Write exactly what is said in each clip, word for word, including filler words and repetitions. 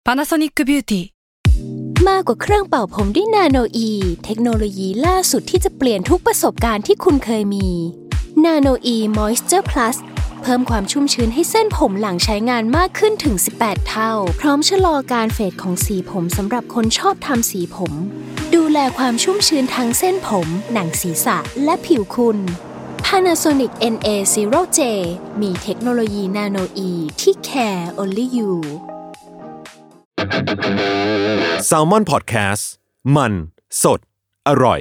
Panasonic Beauty มากกว่าเครื่องเป่าผมด้วยนาโนอีเทคโนโลยีล่าสุดที่จะเปลี่ยนทุกประสบการณ์ที่คุณเคยมีนาโนอีมอยส์เจอร์พลัสเพิ่มความชุ่มชื้นให้เส้นผมหลังใช้งานมากขึ้นถึงสิบแปดเท่าพร้อมชะลอการเฟดของสีผมสำหรับคนชอบทำสีผมดูแลความชุ่มชื้นทั้งเส้นผมหนังศีรษะและผิวคุณ Panasonic เอ็น เอ ศูนย์ เจ มีเทคโนโลยีนาโนอีที่ care only you Salmon Podcast มันสดอร่อย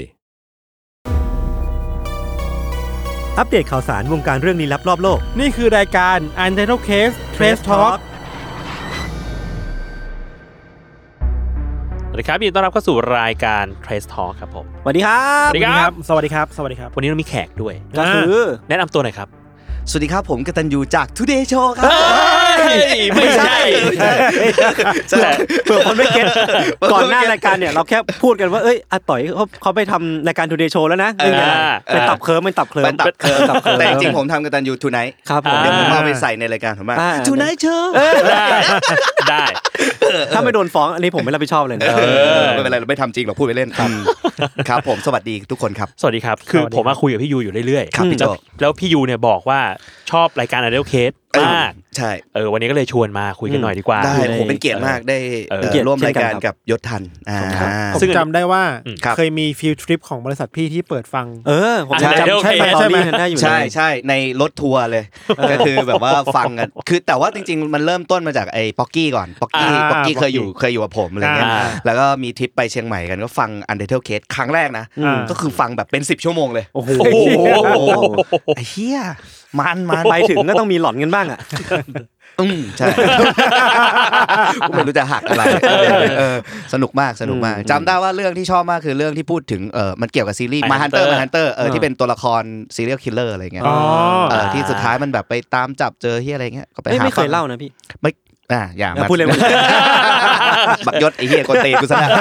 อัปเดตข่าวสารวงการเรื่องลี้ลับรอบโลกนี่คือรายการ Untitled Case Trace Talk สวัสดีครับยินดีต้อนรับเข้าสู่รายการ Trace Talk ครับผมสวัสดีครับสวัสดีครับสวัสดีครับสวัสดีครับวันนี้เรามีแขกด้วยก็คือแนะนำตัวหน่อยครับสวัสดีครับผมกตัญญูจาก Today Show ครับไม่ใช่เผื่อคนไม่เก็ตก่อนหน้ารายการเนี่ยเราแค่พูดกันว่าเอ้ยอาต่อยเขาเขาไปทำรายการ Today Show แล้วนะนี่ไงเป็นตับเคิร์มเป็นตับเคิร์มแต่จริงๆผมทำกตัญญู Tonight ครับผมเดี๋ยวผมเอาไปใส่ในรายการผมว่า Tonight Show ได้ถ้าไม่โดนฟ้องอันนี้ผมไม่รับผิดชอบเลยนะไม่เป็นไรเราไม่ทำจริงเราพูดไปเล่นครับผมสวัสดีทุกคนครับสวัสดีครับคือผมมาคุยกับพี่ยูอยู่เรื่อยๆแล้วพี่ยูเนี่ยบอกว่าชอบรายการ Untitled Case มากใช่เออวันนี้ก็เลยชวนมาคุยกันหน่อยดีกว่าได้ผมเป็นเกียรติมากได้ร่วมรายการกับยศทันผมจำได้ว่าเคยมีฟิลทริปของบริษัทพี่ที่เปิดฟังเออผมจำใช่ไหมใช่ไหมใช่ใช่ในรถทัวร์เลยก็คือแบบว่าฟังกันคือแต่ว่าจริงๆมันเริ่มต้นมาจากไอ้ป๊อกกี้ก่อนป๊อกกี้ป๊อกกี้เคยอยู่เคยอยู่กับผมอะไรเงี้ยแล้วก็มีทริปไปเชียงใหม่กันก็ฟัง Untitled Case ครั้งแรกนะก็คือฟังแบบเป็นสิบชั่วโมงเลยโอ้โหไอ้เหี้ยมันมันไปถึงก็ต้องมีหลอนกันบ้างอ่ะอืมใช่กูไม่รู้จะหักอะไรเออสนุกมากสนุกมากจำได้ว่าเรื่องที่ชอบมากคือเรื่องที่พูดถึงเออมันเกี่ยวกับซีรีส์ My Hunter My Hunter เออที่เป็นตัวละคร serial killer อะไรเงี้ยเออที่สุดท้ายมันแบบไปตามจับเจอเหี้ยอะไรเงี้ยก็ไปหาไม่เคยเล่านะพี่ไม่อ่าอย่ามาพูดเลยบักยศไอ้เหี้ยกวนตีนกูซะนะ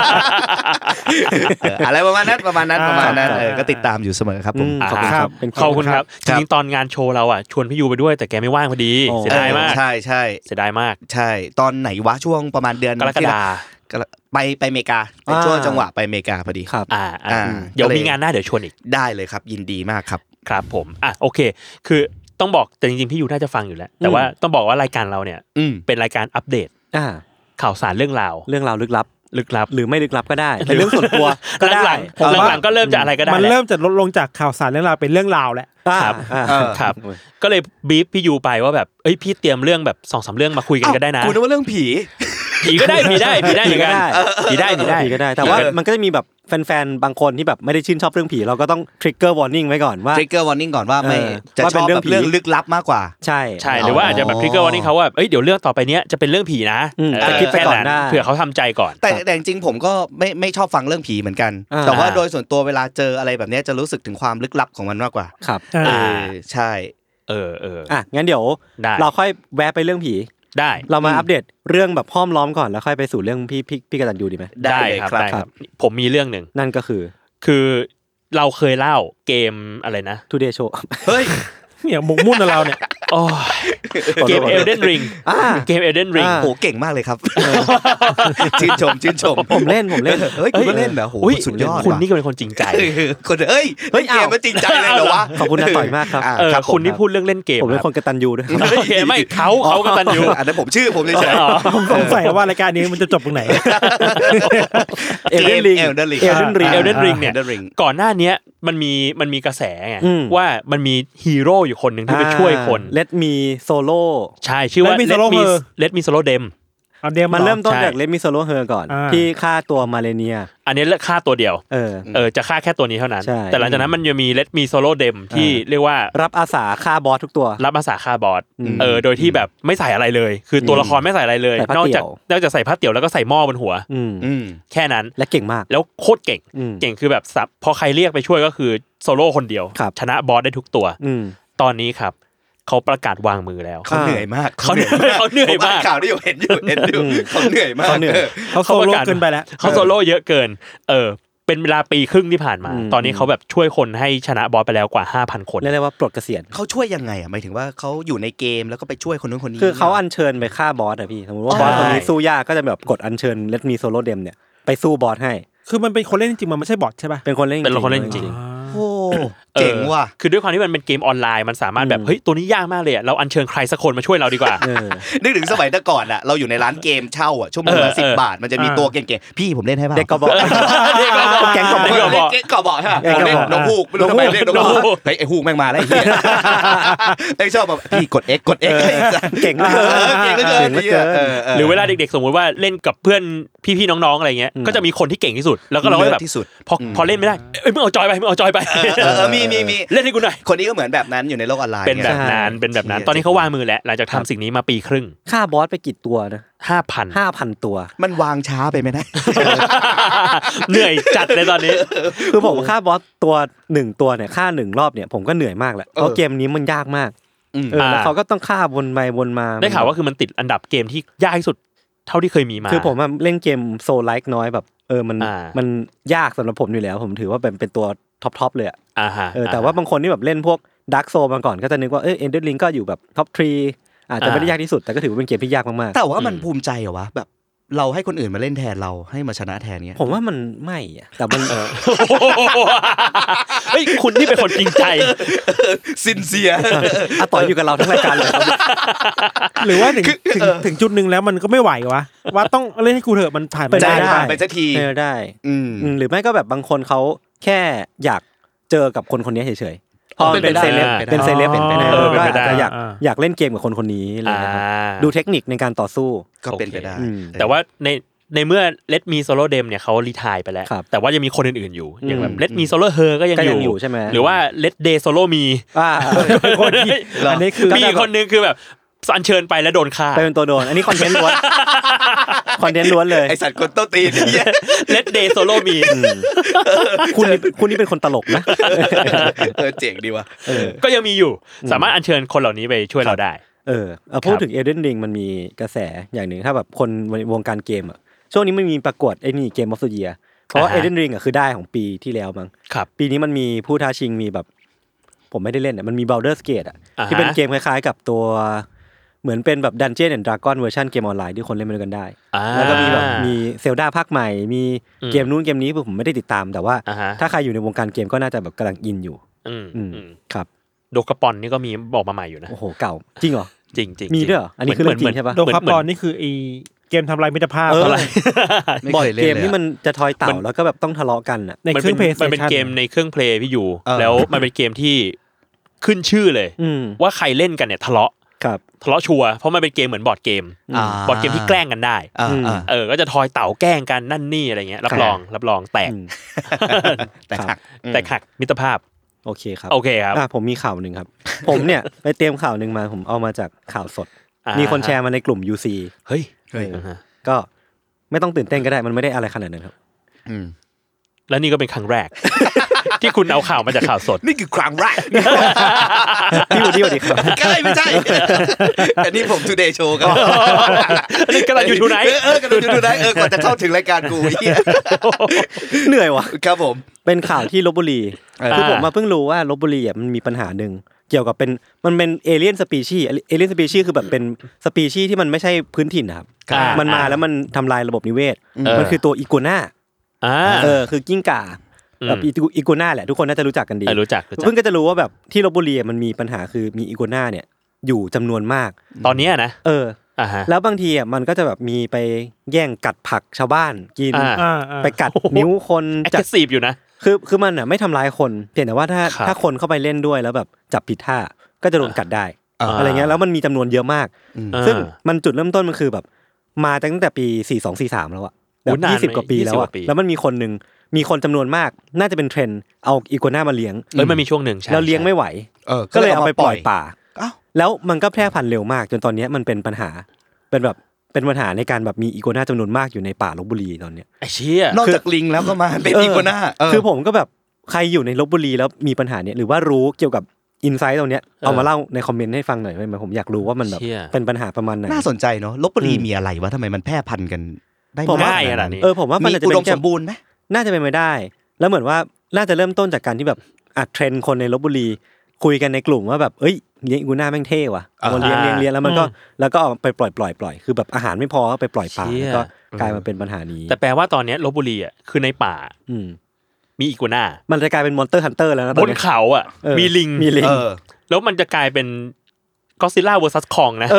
อะไรประมาณนั้นประมาณนั้นประมาณนั้นเออก็ติดตามอยู่เสมอครับผมขอบคุณครับขอบคุณครับจริงๆตอนงานโชว์เราอ่ะชวนพี่ยูไปด้วยแต่แกไม่ว่างพอดีเสียดายมากใช่ใช่เสียดายมากใช่ตอนไหนวะช่วงประมาณเดือนกรกฎาคมไปไปอเมริกาเป็นช่วงจังหวะไปอเมริกาพอดีครับอ่าเดี๋ยวมีงานหน้าเดี๋ยวชวนอีกได้เลยครับยินดีมากครับครับผมอ่ะโอเคคือต้องบอกแต่จริงๆพี่ยูน่าจะฟังอยู่แล้วแต่ว่าต้องบอกว่ารายการเราเนี่ยเป็นรายการอัปเดตข่าวสารเรื่องราวเรื่องราวลึกลับลึกลับหรือไม่ลึกลับก็ได้เป็นเรื่องส่วนตัวก็ได้ผมหลังๆก็เริ่มจะอะไรก็ได้มันเริ่มจะลดลงจากข่าวสารเรื่องราวเป็นเรื่องราวแหละครับครับก็เลยบีฟพี่ยูไปว่าแบบเอ้ยพี่เตรียมเรื่องแบบ สองสาม เรื่องมาคุยกันก็ได้นะกูนึกว่าเรื่องผีผีก็ได้ผีได้ผีได้เหมือนกันผีได้ผีได้ผีก็ได้แต่ว่ามันก็จะมีแบบแฟนๆบางคนที่แบบไม่ได้ชื่นชอบเรื่องผีเราก็ต้อง trigger warning ไว้ก่อนว่า trigger warning ก่อนว่าไม่จะชอบแบบเรื่องลึกลับมากกว่าใช่ใช่หรือว่าอาจจะแบบ trigger warning เขาว่าเอ้ยเดี๋ยวเรื่องต่อไปเนี้ยจะเป็นเรื่องผีนะแต่คิดไปก่อนได้เผื่อเขาทำใจก่อนแต่แต่จริงๆผมก็ไม่ไม่ชอบฟังเรื่องผีเหมือนกันแต่ว่าโดยส่วนตัวเวลาเจออะไรแบบนี้จะรู้สึกถึงความลึกลับของมันมากกว่าครับเออใช่เออเอออ่ะงั้นเดี๋ยวเราค่อยแวะไปเรื่องผีได้เรามาอัปเดตเรื่องแบบห้อมล้อมก่อนแล้วค่อยไปสู่เรื่องพี่พี่พี่กตัญญูดีไหมได้ครับได้ครับผมมีเรื่องหนึ่งนั่นก็คือคือเราเคยเล่าเกมอะไรนะ Today Show เฮ้ยเนี่ยหมกมุ่นเราเนี่ยโอ้เกม Elden Ring เกม Elden Ring โหเก่งมากเลยครับชื่นชมชื่นชมผมเล่นผมเล่นเฮ้ยคุณเล่นแบบโหสุดยอดคุณนี่ก็เป็นคนจริงใจคนเอ้ยเฮ้ยเกมมันจริงใจเลยเหรอวะขอบคุณนะต่อยมากครับเออคุณนี่พูดเรื่องเล่นเกมผมเป็นคนกตัญญูด้วยไม่เขาเขากตัญญูอันนั้นผมชื่อผมเฉยๆผมสงสัยว่ารายการนี้มันจะจบตรงไหน Elden Ring Elden Ring Elden Ring เนี่ยก่อนหน้านี้มันมีมันมีกระแสไงว่ามันมีฮีโร่อยู่คนนึงที่ไปช่วยคน Let Me Solo ใช่ชื่อว่า Let Me Let Me Solo Dem มันเริ่มต้นจาก Let Me Solo Her ก่อนที่ฆ่าตัวมาเลเนียอันนี้ฆ่าตัวเดียวเออเออจะฆ่าแค่ตัวนี้เท่านั้นแต่หลังจากนั้นมันจะมี Let Me Solo Dem ที่เรียกว่ารับอาสาฆ่าบอสทุกตัวรับอาสาฆ่าบอสเออโดยที่แบบไม่ใส่อะไรเลยคือตัวละครไม่ใส่อะไรเลยนอกจากนอกจากใส่ผ้าเตี่ยวแล้วก็ใส่หม้อบนหัวแค่นั้นและเก่งมากแล้วโคตรเก่งเก่งคือแบบพอใครเรียกไปช่วยก็คือโซโล่คนเดียวชนะบอสได้ทุกตัวตอนนี้ครับเขาประกาศวางมือแล้วเขาเหนื่อยมากเขาเหนื่อยเขาเหนื่อยมากข่าวที่อยู่เห็นอยู่เห็นอยู่เขาเหนื่อยมากเขาโซโล่เกินไปแล้วเขาโซโล่เยอะเกินเออเป็นเวลาปีครึ่งที่ผ่านมาตอนนี้เขาแบบช่วยคนให้ชนะบอสไปแล้วกว่า ห้าพัน คนเรียกได้ว่าปลดเกษียณเขาช่วยยังไงอ่ะหมายถึงว่าเขาอยู่ในเกมแล้วก็ไปช่วยคนนู้นคนนี้คือเขาอัญเชิญไปฆ่าบอสอ่ะพี่สมมติว่าบอสคนนี้สู้ยากก็จะแบบกดอัญเชิญเลทมีโซโล่เดมเนี่ยไปสู้บอสให้คือมันเป็นคนเล่นจริงๆมันไม่ใช่บอทใช่ป่ะเป็นคนเล่นเป็นคนเล่นจริงโอ้เจ๋งว่ะคือด้วยความที่มันเป็นเกมออนไลน์มันสามารถแบบเฮ้ยตัวนี้ยากมากเลยอ่ะเราอัญเชิญใครสักคนมาช่วยเราดีกว่านึกถึงสมัยแต่ก่อนอ่ะเราอยู่ในร้านเกมเช่าอ่ะชั่วโมงละสิบบาทมันจะมีตัวเก่งๆพี่ผมเล่นให้ป่ะเด็กก็บอกเด็กก็บอกแก๊งก็บอกเด็กก็บอกใช่ป่ะเล่นนกฮูกไม่รู้ทำไมเรียกนกฮูกเฮ้ยไอ้ฮูกแม่งมาแล้วไอ้เหี้ยไอ้ชอบแบบพี่กด X กด X เก่งมากเก่งเหลือเกินหรือเวลาเด็กๆสมมุติว่าเล่นกับเพื่อนพี่ๆน้องๆอะไรเงี้ยก็จะมีคนที่เก่งที่สุดแล้วก็เราแบบพอพอเล่นไม่ได้เอ้ยมึงเอาจอยไปมึงเอาจอยไปเออมีมีมีเล่นให้กูหน่อยคนนี้ก็เหมือนแบบนั้นอยู่ในโลกออนไลน์เป็นแบบนั้นเป็นแบบนั้นตอนนี้เขาวางมือแล้วหลังจากทำสิ่งนี้มาปีครึ่งฆ่าบอสไปกี่ตัวนะห้าพันห้าพัน ตัวมันวางช้าไปไหมนะเหนื่อยจัดเลยตอนนี้คือผมฆ่าบอสตัวหนึ่งตัวเนี่ยฆ่าหนึ่งรอบเนี่ยผมก็เหนื่อยมากแล้วเพราะเกมนี้มันยากมากเออแล้วเขาก็ต้องฆ่าวนไปวนมาได้ข่าวว่าคือมันติดอันดับเกมที่ยากที่สุดเท่าที่เคยมีมาคือผมเล่นเกมโซลไลค์น้อยแบบเออมันมันยากสำหรับผมอยู่แล้วผมถือว่าเป็นเป็นตัวท็อปๆเลยอ่ะเออแต่ว่าบางคนที่แบบเล่นพวกดาร์กโซลมาก่อนก็จะนึกว่าเออเอ็นเดอร์ลิงก็อยู่แบบท็อปสามอาจจะไม่ได้ยากที่สุดแต่ก็ถือว่าเป็นเกมที่ยากมากๆแต่ว่ามันภูมิใจเหรอวะแบบเราให้คนอื่นมาเล่นแทนเราให้มาชนะแทนเงี้ยผมว่ามันไม่อ่ะแต่มันเออเฮ้ยคุณนี่เป็นคนจริงใจซินเซียอ่ะต่ออยู่กับเราทั้งรายการเลยหรือว่าถึงถึงถึงจุดนึงแล้วมันก็ไม่ไหววะว่าต้องเล่นให้กูเถอะมันผ่านไปได้ไปสักทีได้อืมหรือไม่ก็แบบบางคนเขาแค่อยากเจอกับคนคนนี้เฉยพอเป็นเซเลบเป็นเซเลบเป็นไปได้ก็อาจจะอยากอยากเล่นเกมกับคนคนนี้อะไรนะครับดูเทคนิคในการต่อสู้ก็เป็นไปได้แต่ว่าในในเมื่อ Let Me Solo Dem เนี่ยเขารีไทร์ไปแล้วแต่ว่ายังมีคนอื่นๆอยู่อย่างแบบ Let Me Solo Her ก็ยังอยู่ใช่ไหมหรือว่า Let Day Solo Me คนที่อันนี้คือมีคนนึงคือแบบอัญเชิญไปแล้วโดนฆ่าไปเป็นตัวโดนอันนี้คอนเทนต์ล้วนคอนเทนต์ล้วนเลยไอสัตว์คนโตตีนเนี่ย Let Day Solo Me คุณคุณนี่เป็นคนตลกนะเออเจ๋งดีว่ะก็ยังมีอยู่สามารถอัญเชิญคนเหล่านี้ไปช่วยเราได้เออเอาพูดถึง Elden Ring มันมีกระแสอย่างหนึ่งถ้าแบบคนวงการเกมอ่ะช่วงนี้มันมีประกวดไอ้นี่ Game of the Year เพราะว่า Elden Ring อ่ะคือได้ของปีที่แล้วมั้งปีนี้มันมีผู้ท้าชิงมีแบบผมไม่ได้เล่นอ่ะมันมี Baldur's Gate อ่ะที่เป็นเกมคล้ายๆกับตัวเหมือนเป็นแบบ Dungeon and Dragon เวอร์ชันเกมออนไลน์ที่คนเล่นมาด้วยกันได้แล้วก็มีแบบมี Zelda ภาคใหม่มีเกมนู้นเกมนี้ผมไม่ได้ติดตามแต่ว่าถ้าใครอยู่ในวงการเกมก็น่าจะแบบกำลังอินอยู่อืมครับโดกาปอนนี่ก็มีบอกมาใหม่อยู่นะโอ้โหเก่าจริงเหรอจริงๆมีด้วยเหรออันนี้คือเรื่องจริงใช่ป่ะโดกาปอนนี่คือไอเกมทำลายมิตรภาพอะไรบ่อยเกมที่มันจะทอยเต่าแล้วก็แบบต้องทะเลาะกันอ่ะในเครื่องเพลย์มันเป็นเกมในเครื่องเพลย์พี่อยู่แล้วมันเป็นเกมที่ขึ้นชื่อเลยว่าใครเล่นกันเนี่ยทะเลาะครับทะเลาะชัวร์เพราะมันเป็นเกมเหมือนบอร์ดเกมบอร์ดเกมที่แกล้งกันได้เออก็จะทอยเต่าแกล้งกันนั่นนี่อะไรเงี้ยรับรองรับรองแตกแตกหักแตกหักมิตรภาพโอเคครับโอเคครับอ่ะผมมีข่าวนึงครับผมเนี่ยไปเตรียมข่าวนึงมาผมเอามาจากข่าวสดมีคนแชร์มาในกลุ่ม ยู ซีเฮ้ยก็ไม่ต้องตื่นเต้นก็ได้มันไม่ได้อะไรขนาดนั้นครับอืมแล้วนี่ก็เป็นครั้งแรกที่คุณเอาข่าวมาจากข่าวสดนี่คือครั้งแรกพี่วูดดี้สวัสดีครับใช่ไม่ใช่อันนี้ผม Today Show ครับอันนี้กำลังอยู่ทูไนท์เออกำลังอยู่ทูไนท์เออก่อนจะเข้าถึงรายการกูเหี้ยเหนื่อยว่ะครับผมเป็นข่าวที่ลพบุรีคือผมมาเพิ่งรู้ว่าลพบุรีอ่ะมันมีปัญหานึงเกี่ยวกับเป็นมันเป็นเอเลี่ยนสปีชีส์เอเลี่ยนสปีชีส์คือแบบเป็นสปีชีส์ที่มันไม่ใช่พื้นถิ่นนะครับมันมาแล้วมันทำลายระบบนิเวศมันคือตัวอีกัวน่าเออคือกิ้งก่าแบบอีกัวน่าแหละทุกคนน่าจะรู้จักกันดีรู้จักเพิ่งก็จะรู้ว่าแบบที่ลพบุรีมันมีปัญหาคือมีอีกัวน่าเนี่ยอยู่จำนวนมากตอนนี้นะเออแล้วบางทีอ่ะมันก็จะแบบมีไปแย่งกัดผักชาวบ้านกินไปกัดนิ้วคนจับสีบอยู่นะคือคือมันอ่ะไม่ทำร้ายคนเพียงแต่ว่าถ้าถ้าคนเข้าไปเล่นด้วยแล้วแบบจับผิดท่าก็จะโดนกัดได้อะไรเงี้ยแล้วมันมีจำนวนเยอะมากซึ่งมันจุดเริ่มต้นมันคือแบบมาตั้งแต่ปีสี่สองสี่สามแล้วอะแบบยี่สิบกว่าปีแล้วอะแล้วมันมีคนนึงมีคนจำนวนมากน่าจะเป็นเทรนด์เอาอีกัวน่ามาเลี้ยงเอ้ยมันมีช่วงนึงใช่แล้วเลี้ยงไม่ไหวก็เลยเอาไปปล่อยป่าแล้วมันก็แพร่พันธุ์เร็วมากจนตอนนี้มันเป็นปัญหาเป็นแบบเป็นปัญหาในการแบบมีอีกัวน่าจำนวนมากอยู่ในป่าลพบุรีตอนเนี้ยไอ้เชี่ยนอกจากลิงแล้วก็มาเป็นอีกัวน่าคือผมก็แบบใครอยู่ในลพบุรีแล้วมีปัญหาเนี้ยหรือว่ารู้เกี่ยวกับอินไซต์ตรงเนี้ยเอามาเล่าในคอมเมนต์ให้ฟังหน่อยได้มั้ยผมอยากรู้ว่ามันแบบเป็นปัญหาประมาณไหนน่าสนใจเนาะลพบุรีมีอะไรวะทำไมมันแพร่พันธุ์กันได้ง่ายขนาดนี้เออผมว่ามันอาจจะเป็นอุดมสมบูรณ์มั้ยน่าจะเป็นไม่ได้แล้วเหมือนว่าน่าจะเริ่มต้นจากการที่แบบอัดเทรนคนในลพบุรีคุยกันในกลุ่มว่าแบบเอ้ยเลี้ยงอีกัวน่าแม่งเท่ว่ะเอาเลี้ยงเลี้ยงเลี้ยงแล้วมันก็แล้วก็เอาไปปล่อยปล่อยปล่อยคือแบบอาหารไม่พอก็ไปปล่อยป่าแล้วก็กลายมาเป็นปัญหานี้แต่แปลว่าตอนนี้ลพบุรีอ่ะคือในป่ามีอีกัวน่ามันจะกลายเป็นมอนสเตอร์ฮันเตอร์แล้วนะบนเขาอ่ะมีลิงมีลิงแล้วมันจะกลายเป็นก็อดซิลล่า เวอร์ซัส คองนะ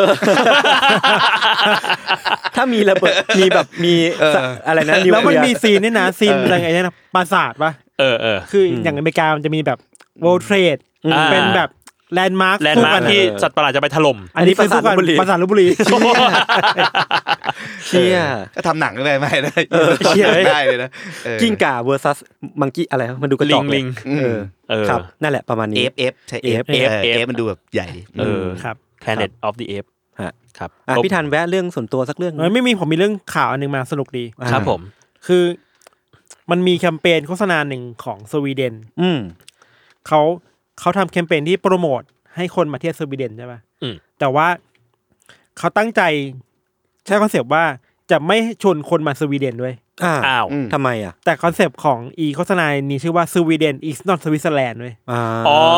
ถ้ามีระเบิดมีแบบมีอะไรนะแล้วมันมีซีนนี่นะซีนอะไรไงนะปราสาทป่ะเออเออคืออย่างอเมริกามันจะมีแบบ World Trade เป็นแบบแลนด์มาร์คแลนด์มาร์คที่สัตว์ประหลาดจะไปถล่มอันนี้เป็นสู้กันปราสาทลพบุรีเชี่ยก็ทำหนังได้ไหมได้เชี่ยได้เลยนะกิ้งก่า เวอร์ซัส มังกี้อะไรมันดูกระจอกลิงเออครับนั่นแหละประมาณนี้ F F ใช่ F F F มันดูแบบใหญ่เออครับ Planet of the Apes ฮะครับอ่ะพี่ธันแวะเรื่องส่วนตัวสักเรื่องไม่มีผมมีเรื่องข่าวอันนึงมาสนุกดีครับผมคือมันมีแคมเปญโฆษณาหนึ่งของสวีเดนอืมเขาเขาทำแคมเปญที่โปรโมทให้คนมาเที่ยวสวีเดนใช่ป่ะแต่ว่าเขาตั้งใจใช้คอนเซปต์ว่าจะไม่ชวนคนมาสวีเดนด้วยอ้าวทำไมอ่ะแต่คอนเซปต์ของอีโฆษณานี้ชื่อว่าสวีเดน is not Switzerland ด้วยอ๋อ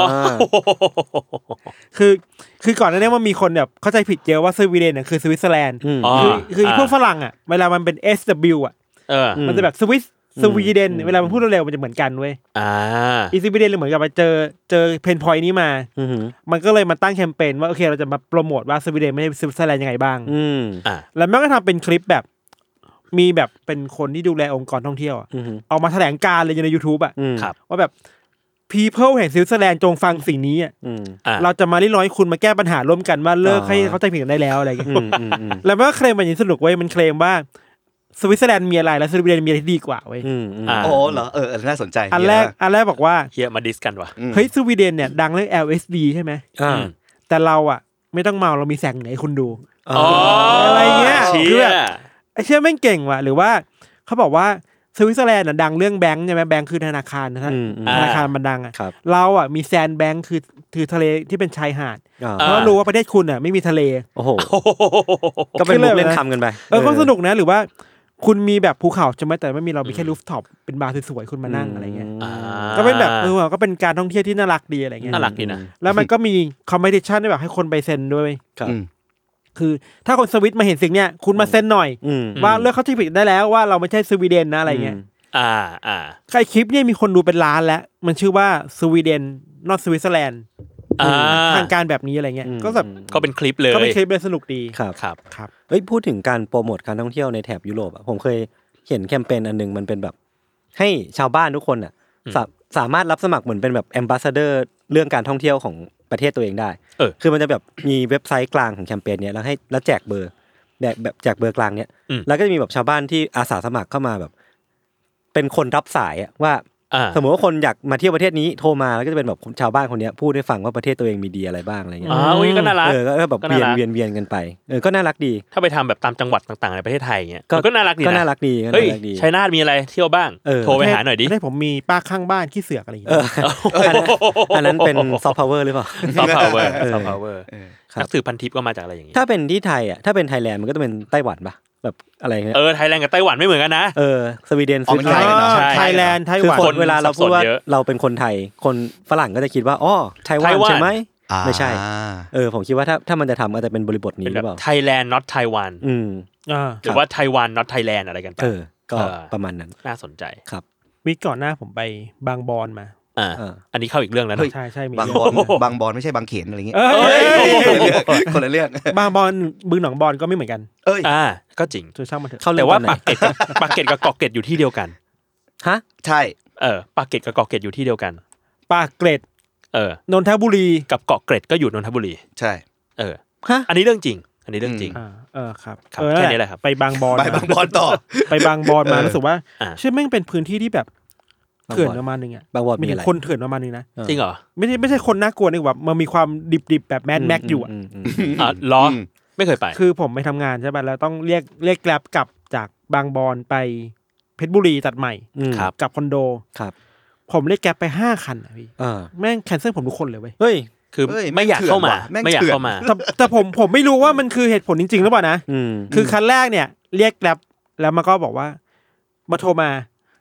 คือคือก่อนหน้านี้มันมีคนแบบเข้าใจผิดเยอะว่าสวีเดนน่ะคือสวิตเซอร์แลนด์คือคือพวกฝรั่งอ่ะเวลามันเป็น เอส ดับเบิลยู อ่ะมันจะแบบสวิสสวีเดนเวลามันพูดเร็วๆมันจะเหมือนกันเว้ยอ่าอีสวีเดนเลยเหมือนกับไปเจอเจอเพนพอยต์นี้มามันก็เลยมาตั้งแคมเปญว่าโอเคเราจะมาโปรโมทว่าสวีเดนไม่ใช่สวิตเซอร์แลนด์ยังไงบ้างอ่าแล้วมันก็ทำเป็นคลิปแบบมีแบบเป็นคนที่ดูแลองค์กรท่องเที่ยวอ่ะเอามาแถลงการเลยใน YouTube อ่ะว่าแบบ people แห่งสวิตเซอร์แลนด์จงฟังสิ่งนี้อ่ะเราจะมาเรียกร้องให้คุณมาแก้ปัญหาร่วมกันว่าเลิกให้เขาใจผิดกันได้แล้วอะไรอย่างเงี้ยแล้วมันก็เคลมแบบนี้สนุกเว้ยมันเคลมว่าสวิตเซอร์แลนด์มีอะไรแล้วสวีเดนมีอะไรที่ดีกว่าเว้ยโอ้เหรอเออน่าสนใจอันแรกอันแรกบอกว่าเฮียมาดิสกันว่ะเฮ้ยสวีเดนเนี่ยดังเรื่อง แอล เอส ดี ใช่ไหมแต่เราอ่ะไม่ต้องเมาเรามีแสงเหนือให้คุณดูอะไรเงี้ยคือแบบไอ้เชี่ยแม่งเก่งว่ะหรือว่าเขาบอกว่าสวิตเซอร์แลนด์น่ะดังเรื่องแบงค์ใช่ไหมแบงค์คือธนาคารนะธนาคารมันดังอ่ะเราอ่ะมีแซนแบงค์คือคือทะเลที่เป็นชายหาดเพราะรู้ว่าประเทศคุณอ่ะไม่มีทะเลโอ้โหก็เป็นมุกเล่นคำกันไปเออก็สนุกนะหรือว่าคุณมีแบบภูเขาใช่ไหมแต่ไม่มีเรามีแค่รูฟท็อปเป็นบาร์สวยๆคุณมานั่งอะไรเงี้ยก็เป็นแบบเออก็เป็นการท่องเที่ยวที่น่ารักดีอะไรเงี้ยน่ารักดีนะแล้วมันก็มีคอมเพติชันแบบให้คนไปเซ็นด้วยคือถ้าคนสวิตมาเห็นสิ่งเนี้ยคุณมาเซ็นหน่อยว่าเลิกเข้าใจผิดได้แล้วว่าเราไม่ใช่สวีเดนนะอะไรเงี้ยอ่าอ่าใครคลิปเนี่ยมีคนดูเป็นล้านแล้วมันชื่อว่าสวีเดน not Switzerland ทางการแบบนี้อะไรเงี้ยก็แบบก็เป็นคลิปเลยก็เป็นคลิปเลยสนุกดีครับครับครับเอ้ยพูดถึงการโปรโมทการท่องเที่ยวในแถบยุโรปอ่ะผมเคยเห็นแคมเปญอันนึงมันเป็นแบบให้ชาวบ้านทุกคนอ่ะสามารถรับสมัครเหมือนเป็นแบบแอมบาสเดอร์เรื่องการท่องเที่ยวของประเทศตัวเองได้เออคือมันจะแบบมีเว็บไซต์กลางของแคมเปญเนี้ยแล้วให้แล้วแจกเบอร์แบบแบบแจกเบอร์กลางเนี้ยแล้วก็จะมีแบบชาวบ้านที่อาสาสมัครเข้ามาแบบเป็นคนรับสายอ่ะว่าสมมติว่าคนอยากมาเที่ยวประเทศนี้โทรมาแล้วก็จะเป็นแบบชาวบ้านคนนี้พูดให้ฟังว่าประเทศตัวเองมีดีอะไรบ้างอะไรเงี้ยอ๋อก็น่ารักเออก็แบบเวียนเวียนเวียนกันไปเออก็น่ารักดีถ้าไปทำแบบตามจังหวัดต่างๆในประเทศไทยเงี้ยก็น่ารักดีก็น่ารักดีเฮ้ยชัยนาทมีอะไรเที่ยวบ้างโทรไปหาหน่อยดิได้ผมมีป้าข้างบ้านขี้เสือกอะไรอย่างเงี้ยอันนั้นเป็นซอฟต์พาวเวอร์หรือเปล่าซอฟต์พาวเวอร์ซอฟต์พาวเวอร์นักสืบพันทิปก็มาจากอะไรอย่างงี้ถ้าเป็นที่ไทยอ่ะถ้าเป็นไทยแลนด์มันก็จะเป็นไต้หวันป่ะแบบอะไรเงี้ยเออไทยแลนด์กับไต้หวันไม่เหมือนกันนะเออสวีเดนสวิตเซอร์แลนด์ไทยแลนด์ไต้หวันคนเวลาเราพูดว่าเราเป็นคนไทยคนฝรั่งก็จะคิดว่าอ๋อไต้หวันใช่ไหมไม่ใช่เออผมคิดว่าถ้าถ้ามันจะทำอาจจะเป็นบริบทนี้หรือเปล่าไทยแลนด์ not ไต้หวันอืมหรือว่าไต้หวัน not ไทยแลนด์อะไรกันไปเออก็ประมาณนั้นน่าสนใจครับวิกก่อนหน้าผมไปบางบอนมาอ่าอันนี้เข้าอีกเรื่องแล้วนะใช่ใช่มีบางบอนบางบอนไม่ใช่บางเขนอะไรอย่างเงี้ยคนละเรื่องบางบอนบึงหนองบอนก็ไม่เหมือนกันเอ้ยอ่าก็จริงช่างมันเถอะแต่ว่าปากเกร็ดปากเกร็ดกับเกาะเกร็ดอยู่ที่เดียวกันฮะใช่เออปากเกร็ดกับเกาะเกร็ดอยู่ที่เดียวกันปากเกร็ดเออนนทบุรีกับเกาะเกร็ดก็อยู่นนทบุรีใช่เออฮะอันนี้เรื่องจริงอันนี้เรื่องจริงเออครับแค่นี้แหละครับไปบางบอนไปบางบอนต่อไปบางบอนมารู้สึกว่าเชื่อแม่งเป็นพื้นที่ที่แบบเถื่อนประมาณนึงอ่ะบางบอนมีคนเถื่อนประมาณนึงนะจริงเหรอไม่ใช่ไม่ใช่คนน่ากลัวนี่แบบมันมีความดิบๆแบบแมดแม็กอยู่อ่ะอ่ะล้อไม่เคยไปคือผมไปทำงานใช่ป่ะแล้วต้องเรียกเรียกแกร็บกลับจากบางบอนไปเพชรบุรีตัดใหม่กับคอนโดครับผมเรียกแกร็บไปห้าคันอ่ะพี่แม่งแคนเซิลผมทุกคนเลยเว้ยเฮ้ยคือไม่อยากเข้ามาไม่อยากเข้ามาแต่แต่ผมผมไม่รู้ว่ามันคือเหตุผลจริงๆหรือเปล่านะคือคันแรกเนี่ยเรียกแกร็บแล้วมันก็บอกว่ามาโทรมา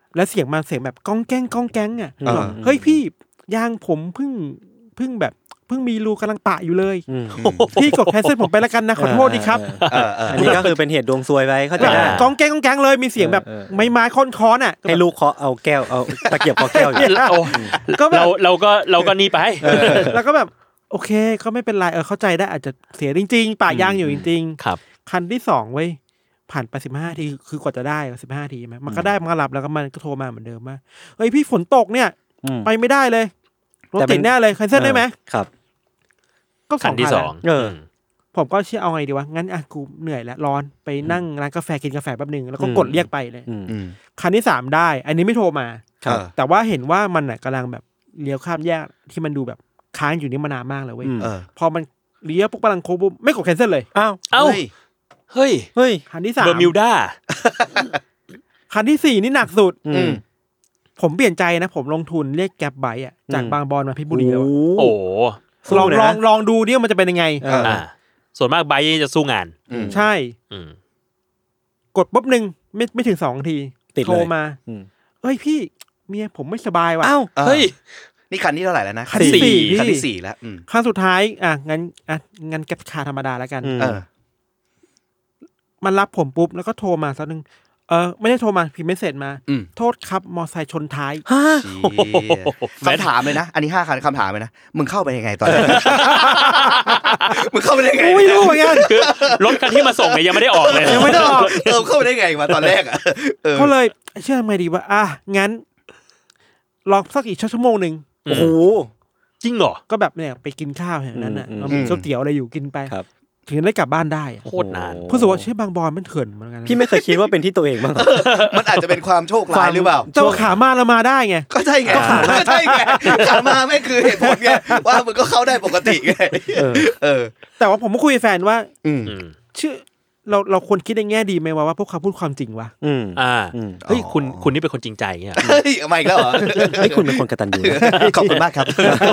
แล้วเสียงมันเสียงแบบก้องแก้งก้องแก้งอ่ะอ่าเฮ้ยพี่ยางผมเพิ่งเพิ่งแบบเพิ่งมีรูกำลังปะอยู่เลยพี่กดแคนเซิลผมไปแล้วกันนะขอโทษดีครับเออเอออันนี้ก็คือเป็นเหตุดวงซวยไปเข้าใจได้ก้องแก้งก้องแก้งเลยมีเสียงแบบไม้ไม้ค้อนค้อนอ่ะให้ลูกเคาะเอาแก้วเอาตะเกียบเคาะแก้วอยู่โอ้ก็แบบเราเราก็เราก็นี่ไปแล้วก็แบบโอเคก็ไม่เป็นไรเออเข้าใจได้อาจจะเสียจริงๆปะยางอยู่จริงครับๆคันที่สองเว้ยผ่านไปสิบห้าทีคือกว่าจะได้สิบห้าทีใช่ไหมมันก็ได้มันก็รับแล้วก็มันก็โทรมาเหมือนเดิมว่าเฮ้ยพี่ฝนตกเนี่ยไปไม่ได้เลยรถติดแน่เลยแคนเซิลได้ไหมครับก็สคัอน งที่พันสแล้อวงเออผมก็เชื่อเอาไงดีวะงั้นอ่ะกูเหนื่อยแล้วร้อนไปนั่งร้านกาแฟกินกาแฟแป๊บนึงแล้วก็กดเรียกไปเลยอืมอืมคันที่สามได้ อันนี้ไม่โทรมาครับแต่ว่าเห็นว่ามันน่ะกำลังแบบเลี้ยวข้ามแยกที่มันดูแบบค้างอยู่นี่มานานมากเลยเว้ยอืมเออพอมันเลี้ยวปุ๊บกำลังโค้งปุ๊บไม่กดแคนเซิลเลยอ้าวเอ้าเฮ้ยเฮ้ยเฮ้ยคันที่สามเบอร์มิวดาคันที่สี่นี่หนักสุดอืมผมเปลี่ยนใจนะ ผมลงทุนเรียกแกร็บไบค์อ่ะจากอืมบางบอนมาเพชรบุรีแล้วอะโอ้สู้ลองนะลองลองดูเนี่ยมันจะเป็นยังไงเอออ่าส่วนมากไบค์จะสู้งานอืมใช่อืมกดปุ๊บหนึ่งไม่ไม่ถึงสองนาทีติดเลยโทรมาอืมเฮ้ยพี่เมียผมไม่สบายว่ะอ้าวเออเฮ้ยนี่คันที่เท่าไหร่แล้วนะคันที่สี่พี่คันที่สี่แล้วอืมครั้งสุดท้ายอ่ะงั้นอ่ะงั้นแกร็บคาร์ธรรมดาแล้วกันอืมเออมันรับผมปุ๊บแล้วก็โทรมาสักหนึ่งเออไม่ได้โทรมาพิมพ์เมสเสจมาอืมโทษครับมอไซค์ชนท้ายฮะเชี่ยคำถามเลยนะ อันนี้ห้าคันคำถามเลยนะ มึงเข้าไปยังไงตอนแรก มึงเข้าไปได้ไงไม่รู้เหมือนกันคือรถคันที่มาส่งเนี่ยยังไม่ได้ออกเลยยังไม่ได้ออกเออเข้าไปได้ไงมาตอนแรกอ่ะเออเขาเลยเชื่อทำไงดีวะอ่ะงั้นรอสักอีกชั่วโมงหนึ่งโอ้โหจริงเหรอก็แบบเนี่ยไปกินข้าวแถวนั้นน่ะอืมมันมีก๋วยเตี๋ยวอะไรอยู่กินไปครับถึงได้กลับบ้านได้อะโคตรนานผู้สึกว่าเชื่อบางบอนมันเถื่อนเหมือนกันนะพี่ไม่เคยคิดว่าเป็นที่ตัวเองบ้างเหรอมันอาจจะเป็นความโชคร้ายหรือเปล่าเจ้าขามาแล้วมาได้ไงก็ใช่ไงก็ใช่ไงขามาไม่คือเหตุผลไงว่ามึงก็เข้าได้ปกติไงเออเออแต่ว่าผมก็คุยกับแฟนว่าอืมอืมชื่อเราเราควรคิดในแง่ดีไหมว่าว่าพวกเขาพูดความจริงวะอืมอ่าอืมเฮ้ยคุณคุณนี่เป็นคนจริงใจเงี้ยเฮ้ยเอามาอีกแล้วเหรอเฮ้ยคุณเป็นคนกตัญญูนะขอบคุณมากครับ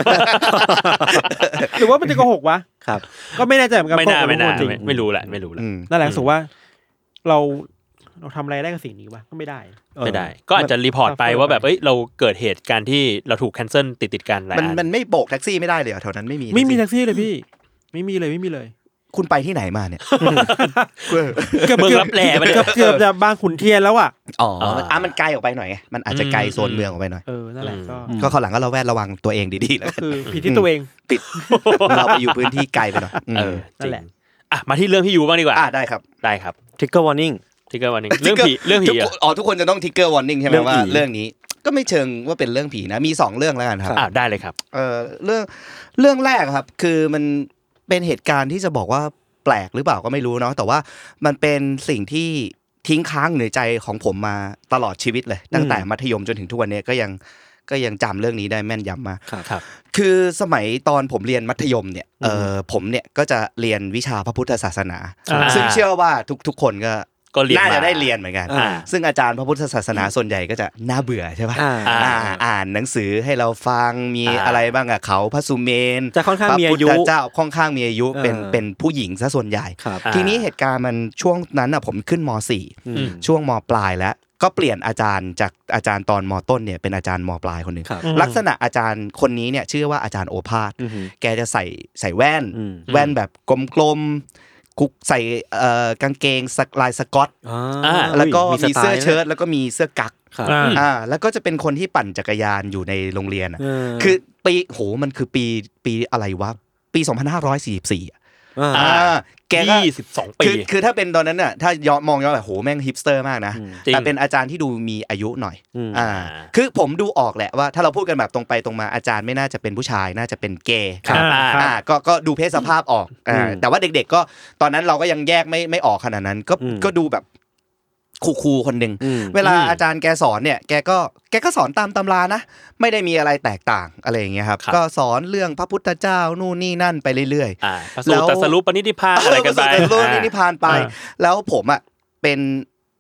หรือว่ามันจะโกหกวะครับก็ไม่แน่ใจเหมือนกันไม่น่าเพระไม่น่าจริงไม่ไม่รู้แหละไม่รู้แหละอืมนั่นแหละรู้สึกว่า เราเราทำอะไรได้กับสิ่งนี้วะก็ไม่ได้ไม่ได้ ก็อาจจะรีพอร์ตไปว่าแบบเอ้ยเราเกิดเหตุการณ์ที่เราถูกแคนเซิลติดติดๆกันหลายมันอันมันไม่โบกแท็กซี่ไม่ได้เลยเหรอแถวนั้นไม่มีไม่มีแท็กซี่เลยพี่ ไม่มีเลยไม่มีเลยคุณไปที่ไหนมาเนี่ยเกือบเมืองเกือรับบแลไปเกือบเกือบจะบางขุนเทียนแล้วอ่ะอ๋ออ่ะมันไกลออกไปหน่อยไงมันอาจจะไกลโซนเมืองออกไปหน่อยเออนั่นแหละก็ก็ข้างหลังก็เราแวดระวังตัวเองดีๆแล้วก็คือผิดที่ตัวเองปิดเราไปอยู่พื้นที่ไกลไปหน่อยมเออจนั่รินงแหละอ่ะมาที่เรื่องพี่ยูบ้างดีกว่าอ่ะได้ครับได้ครับ trigger warning ที่ก็วันนึงเรื่องผีเรื่องผีทุกอ่ะคนอ๋อทุกคนจะต้องทิกเกอร์วอร์นิ่งใช่ไหมเรื่องผีว่าเรื่องนี้ก็ไม่เชิงว่าเป็นเรื่องผีนะมีสองเรื่องแล้วกันครับอ่าได้เลยครับเออเรื่องเรื่องแรกครับ คือมันเป็นเหตุการณ์ที่จะบอกว่าแปลกหรือเปล่าก็ไม่รู้เนาะแต่ว่ามันเป็นสิ่งที่ทิ้งค้างอยู่ในใจของผมมาตลอดชีวิตเลย ตั้งแต่มัธยมจนถึงทุกวันนี้ก็ยังก็ยังจำเรื่องนี้ได้แม่นยำมากครับครับคือสมัยตอนผมเรียนมัธยมเนี่ยเออผมเนี่ยก็จะเรียนวิชาพระพุทธศาสนาอ่าซึ่งเชื่อว่าทุกทุกคนก็ก็เรียนน่ามาจะได้เรียนเหมือนกันอ่าซึ่งอาจารย์พระพุทธศาสนาส่วนใหญ่ก็จะน่าเบื่อใช่ป่ะอ่าอ่าอ่าอ่านหนังสือให้เราฟังมีอ่าอะไรบ้างอะเขาพระสุเมนจะค่อนข้างมีอายุพระพุทธเจ้าค่อนข้างมีอายุเป็นเออเป็นผู้หญิงซะส่วนใหญ่ครับอ่าทีนี้เหตุการณ์มันช่วงนั้นอะผมขึ้นม .สี่อืมช่วงมปลายแล้วก็เปลี่ยนอาจารย์จากอาจารย์ตอนมต้นเนี่ยเป็นอาจารย์มปลายคนหนึ่งครับลักษณะอาจารย์คนนี้เนี่ยชื่อว่าอาจารย์โอภาสอืมแกจะใส่ใส่แว่นอืมแว่นแบบกลมๆกุกใส่เอ่อกางเกงสกลายสก๊อตอ่าอ่าแล้วก็มีสไตเสื้อล์นะเชิ้ตแล้วก็มีเสื้อกั๊กครับอ่าอ่าแล้วก็จะเป็นคนที่ปั่นจักรยานอยู่ในโรงเรียนอะเออคือปีโหมันคือปีปีอะไรวะปีสองพันห้าร้อยสี่สิบสี่อ่ะอ่าอ่าแกก็ยี่สิบสองปีคือคือถ้าเป็นตอนนั้นน่ะถ้าย้อนมองย้อนแบบโหแม่งฮิปสเตอร์มากนะอืมจริงแต่เป็นอาจารย์ที่ดูมีอายุหน่อยอืมอ่าคือผมดูออกแหละว่าถ้าเราพูดกันแบบตรงไปตรงมาอาจารย์ไม่น่าจะเป็นผู้ชายน่าจะเป็นเกย์ครับอ่าอ่าก็ก็ดูเพศสภาพออกอ่าแต่ว่าเด็กๆก็ตอนนั้นเราก็ยังแยกไม่ไม่ออกขนาดนั้น ก็ก็ดูแบบคูลๆคนหนึ่งอืมเวลาอาจารย์แกสอนเนี่ยแกก็แกก็สอนตามตำรานะไม่ได้มีอะไรแตกต่างอะไรอย่างเงี้ยครับครับก็สอนเรื่องพระพุทธเจ้านู่นนี่นั่นไปเรื่อยๆอ่าพระสูตรตรัสรู้ปณิธิพานอะไรกันไปเออประสบการณ์โลกนิพพานไปอ่าแล้วผมอ่ะเป็น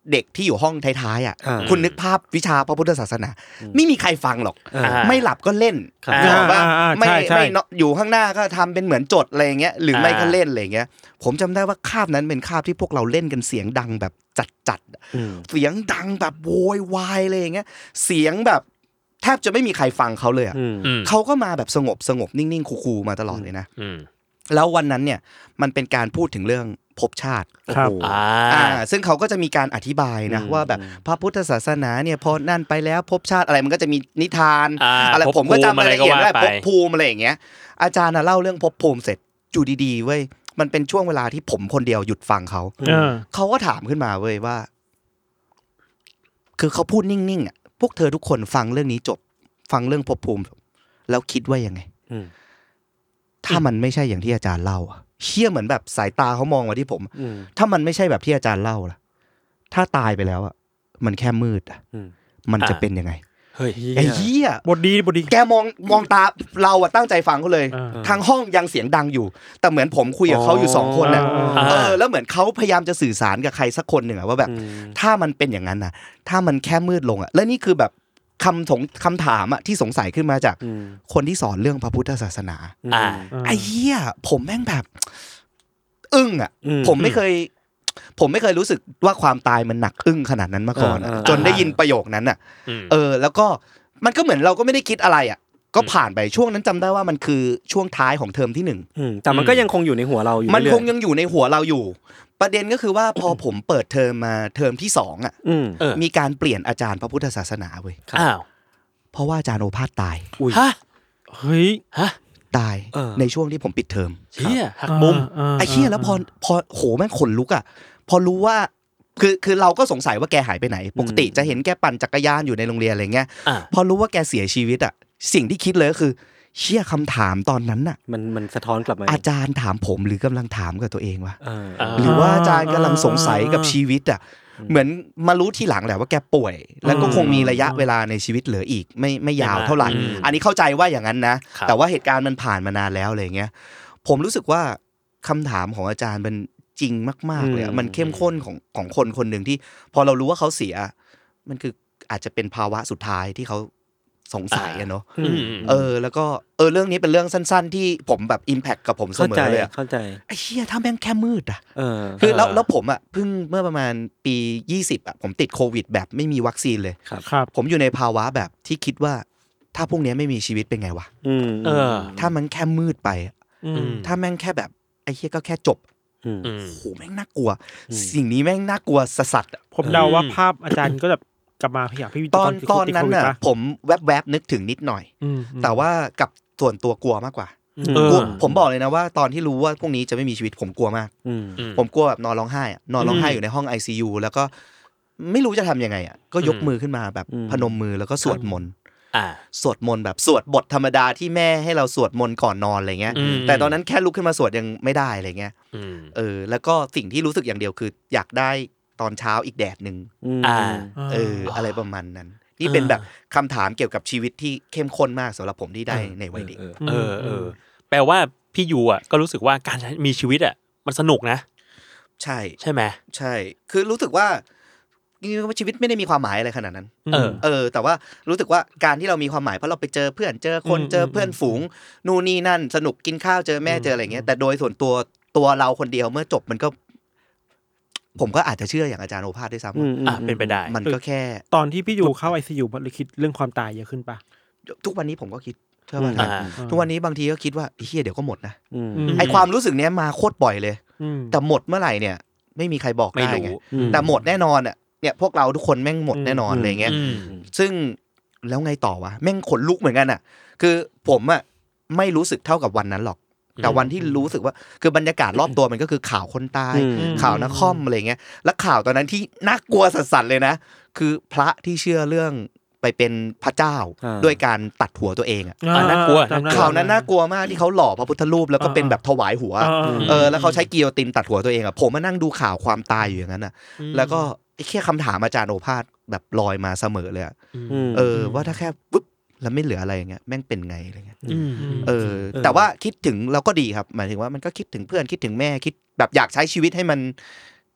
เด็กที่อยู่ห้องท้ายๆอ่ะคุณนึกภาพวิชาพระพุทธศาสนาไม่มีใครฟังหรอกไม่หลับก็เล่นนึกออกป่ะไม่ไม่อยู่ข้างหน้าก็ทำเป็นเหมือนจดอะไรอย่างเงี้ยหรือไม่ก็เล่นอะไรอย่างเงี้ยผมจำได้ว่าคาบนั้นเป็นคาบที่พวกเราเล่นกันเสียงดังแบบจัดๆเสียงดังแบบโวยวายอะไรอย่างเงี้ยเสียงแบบแทบจะไม่มีใครฟังเขาเลยอ่ะเขาก็มาแบบสงบสงบนิ่งๆคูลๆมาตลอดเลยนะแล้ววันนั้นเนี่ยมันเป็นการพูดถึงเรื่องภพชาติโอ้โหอ่าซึ่งเขาก็จะมีการอธิบายนะว่าแบบพระพุทธศาสนาเนี่ยพอนั่นไปแล้วภพชาติอะไรมันก็จะมีนิทานอะไรผมก็จำรายละเอียดได้ภพภูมิอะไรอย่างเงี้ยอาจารย์น่ะเล่าเรื่องภพภูมิเสร็จอยู่ดีๆเว้ยมันเป็นช่วงเวลาที่ผมคนเดียวหยุดฟังเขาเขาก็ถามขึ้นมาเว้ยว่าคือเขาพูดนิ่งๆอ่ะพวกเธอทุกคนฟังเรื่องนี้จบฟังเรื่องภพภูมิแล้วคิดว่ายังไงถ้ามันไม่ใช่อย่างที่อาจารย์เล่าอ่ะเชี่ยเหมือนแบบสายตาเขามองมาที่ผมถ้ามันไม่ใช่แบบที่อาจารย์เล่าล่ะถ้าตายไปแล้วอ่ะมันแค่มืดอ่ะมันจะเป็นยังไงเฮ้ยไอ้เหี้ยบทดีบทดีแกมองมองตาเราอ่ะตั้งใจฟังเขาเลยทางห้องยังเสียงดังอยู่แต่เหมือนผมคุยกับเขาอยู่สองคนน่ะเออแล้วเหมือนเขาพยายามจะสื่อสารกับใครสักคนหนึ่งอ่ะว่าแบบถ้ามันเป็นอย่างนั้นน่ะถ้ามันแค่มืดลงอ่ะและนี่คือแบบคำถงคำถามอะที่สงสัยขึ้นมาจากคนที่สอนเรื่องพระพุทธศาสนาไอ้เหี้ยผมแม่งแบบอึ้งอะผมไม่เคยผมไม่เคยรู้สึกว่าความตายมันหนักอึ้งขนาดนั้นมาก่อนจนได้ยินประโยคนั้นอะเออแล้วก็มันก็เหมือนเราก็ไม่ได้คิดอะไรอะก็ผ่านไปช่วงนั้นจำได้ว่ามันคือช่วงท้ายของเทอมที่หนึ่งแต่มันก็ยังคงอยู่ในหัวเราอยู่มันคงยังอยู่ในหัวเราอยู่ประเด็นก็คือว่าพอผมเปิดเทอมมาเทอมที่สองอ่ะมีการเปลี่ยนอาจารย์พระพุทธศาสนาเว้ยอ้าวเพราะว่าอาจารย์โอภาสตายฮะเฮ้ยฮะตายในช่วงที่ผมปิดเทอมเหี้ยหักมุมไอ้เหี้ยแล้วพอพอโหแม่งขนลุกอ่ะพอรู้ว่าคือคือเราก็สงสัยว่าแกหายไปไหนปกติจะเห็นแกปั่นจักรยานอยู่ในโรงเรียนอะไรเงี้ยพอรู้ว่าแกเสียชีวิตอ่ะสิ่งที่คิดเลยก็คือเชี่ยคำถามตอนนั้นน่ะมันมันสะท้อนกลับมาอาจารย์ถามผมหรือกำลังถามกับตัวเองวะหรือว่าอาจารย์กำลังสงสัยกับชีวิตอ่ะเหมือนมารู้ทีหลังแหละว่าแกป่วยแล้วก็คงมีระยะเวลาในชีวิตเหลืออีกไม่ไม่ยาวเท่าไหร่อันนี้เข้าใจว่าอย่างนั้นนะแต่ว่าเหตุการณ์มันผ่านมานานแล้วอะไรเงี้ยผมรู้สึกว่าคำถามของอาจารย์มันจริงมากๆเลยมันเข้มข้นของของคนคนหนึ่งที่พอเรารู้ว่าเขาเสียมันคืออาจจะเป็นภาวะสุดท้ายที่เขาสงสัยอะเนาะเออแล้วก็เออเรื่องนี้เป็นเรื่องสั้นๆที่ผมแบบอิมแพคกับผมเสมอเลยอะเข้าใจไอ้เหี้ยถ้าแม่งแค่มืดอะคือแล้วแล้วผมอะเพิ่งเมื่อประมาณปียี่สิบอะผมติดโควิดแบบไม่มีวัคซีนเลยครับผมอยู่ในภาวะแบบที่คิดว่าถ้าพวกนี้ไม่มีชีวิตเป็นไงวะเออถ้ามันแค่มืดไปถ้าแม่งแค่แบบไอ้เหี้ยก็แค่จบโอ้โหแม่งน่ากลัวสิ่งนี้แม่งน่ากลัวสัสๆผมเดาว่าภาพอาจารย์ก็แบบกลับมาพี่อยากพี่ตอนตอนนั้นน่ะผมแวบๆนึกถึงนิดหน่อยแต่ว่ากับส่วนตัวกลัวมากกว่าผมบอกเลยนะว่าตอนที่รู้ว่าพวกนี้จะไม่มีชีวิตผมกลัวมากผมกลัวแบบนอนร้องไห้อะนอนร้องไห้อยู่ในห้อง ไอ ซี ยู แล้วก็ไม่รู้จะทำยังไงอ่ะก็ยกมือขึ้นมาแบบพนมมือแล้วก็สวดมนต์สวดมนต์แบบสวดบทธรรมดาที่แม่ให้เราสวดมนต์ก่อนนอนอะไรเงี้ยแต่ตอนนั้นแค่ลุกขึ้นมาสวดยังไม่ได้อะไรเงี้ยเออแล้วก็สิ่งที่รู้สึกอย่างเดียวคืออยากได้ตอนเช้าอีกแดดนึงอ่าเอออะไรประมาณนั้นนี่เป็นแบบคำถามเกี่ยวกับชีวิตที่เข้มข้นมากสำหรับผมที่ได้ในวัยเด็กเออเออแปลว่าพี่ยูอ่ะก็รู้สึกว่าการมีชีวิตอ่ะมันสนุกนะใช่ใช่ไหมใช่คือรู้สึกว่าชีวิตไม่ได้มีความหมายอะไรขนาดนั้นเออเออแต่ว่ารู้สึกว่าการที่เรามีความหมายเพราะเราไปเจอเพื่อนเจอคนเจอเพื่อนฝูงนู่นนี่นั่นสนุกกินข้าวเจอแม่เจออะไรเงี้ยแต่โดยส่วนตัวตัวเราคนเดียวเมื่อจบมันก็ผมก็อาจจะเชื่ออย่างอาจารย์โอภาสด้วยซ้ำอ่ะเป็นไปได้มันก็แค่ตอนที่พี่อยู่เข้า ไอ ซี ยู มันเลยคิดเรื่องความตายเยอะขึ้นป่ะทุกวันนี้ผมก็คิดเชื่อว่าทุกวันนี้บางทีก็คิดว่าเฮียเดี๋ยวก็หมดนะไอความรู้สึกเนี้ยมาโคตรบ่อยเลยแต่หมดเมื่อไหร่เนี่ยไม่มีใครบอกได้ไงแต่หมดแน่นอนอ่ะเนี่ยพวกเราทุกคนแม่งหมดแน่นอนอะไรเงี้ยซึ่งแล้วไงต่อวะแม่งขนลุกเหมือนกันอ่ะคือผมอ่ะไม่รู้สึกเท่ากับวันนั้นหรอกแต่วันที่รู้สึกว่าคือบรรยากาศรอบตัวมันก็คือข่าวคนตายข่าวนักคอมอะไรเงี้ยแล้วข่าวตอนนั้นที่น่ากลัวสัสๆเลยนะคือพระที่เชื่อเรื่องไปเป็นพระเจ้าด้วยการตัดหัวตัวเองอ่ะน่ากลัวข่าวนั้นน่ากลัวมากที่เขาหล่อพระพุทธรูปแล้วก็เป็นแบบถวายหัวเออแล้วเขาใช้กิโยตินตัดหัวตัวเองอ่ะผมมานั่งดูข่าวความตายอยู่อย่างนั้นอ่ะแล้วก็แค่คำถามอาจารย์โอภาสแบบลอยมาเสมอเลยอ่ะเออว่าถ้าแค่ปุ๊บแล้วไม่เหลืออะไรอย่างเงี้ยแม่งเป็นไงอะไรเงี้ยเออแต่ว่าคิดถึงเราก็ดีครับหมายถึงว่ามันก็คิดถึงเพื่อนคิดถึงแม่คิดแบบอยากใช้ชีวิตให้มัน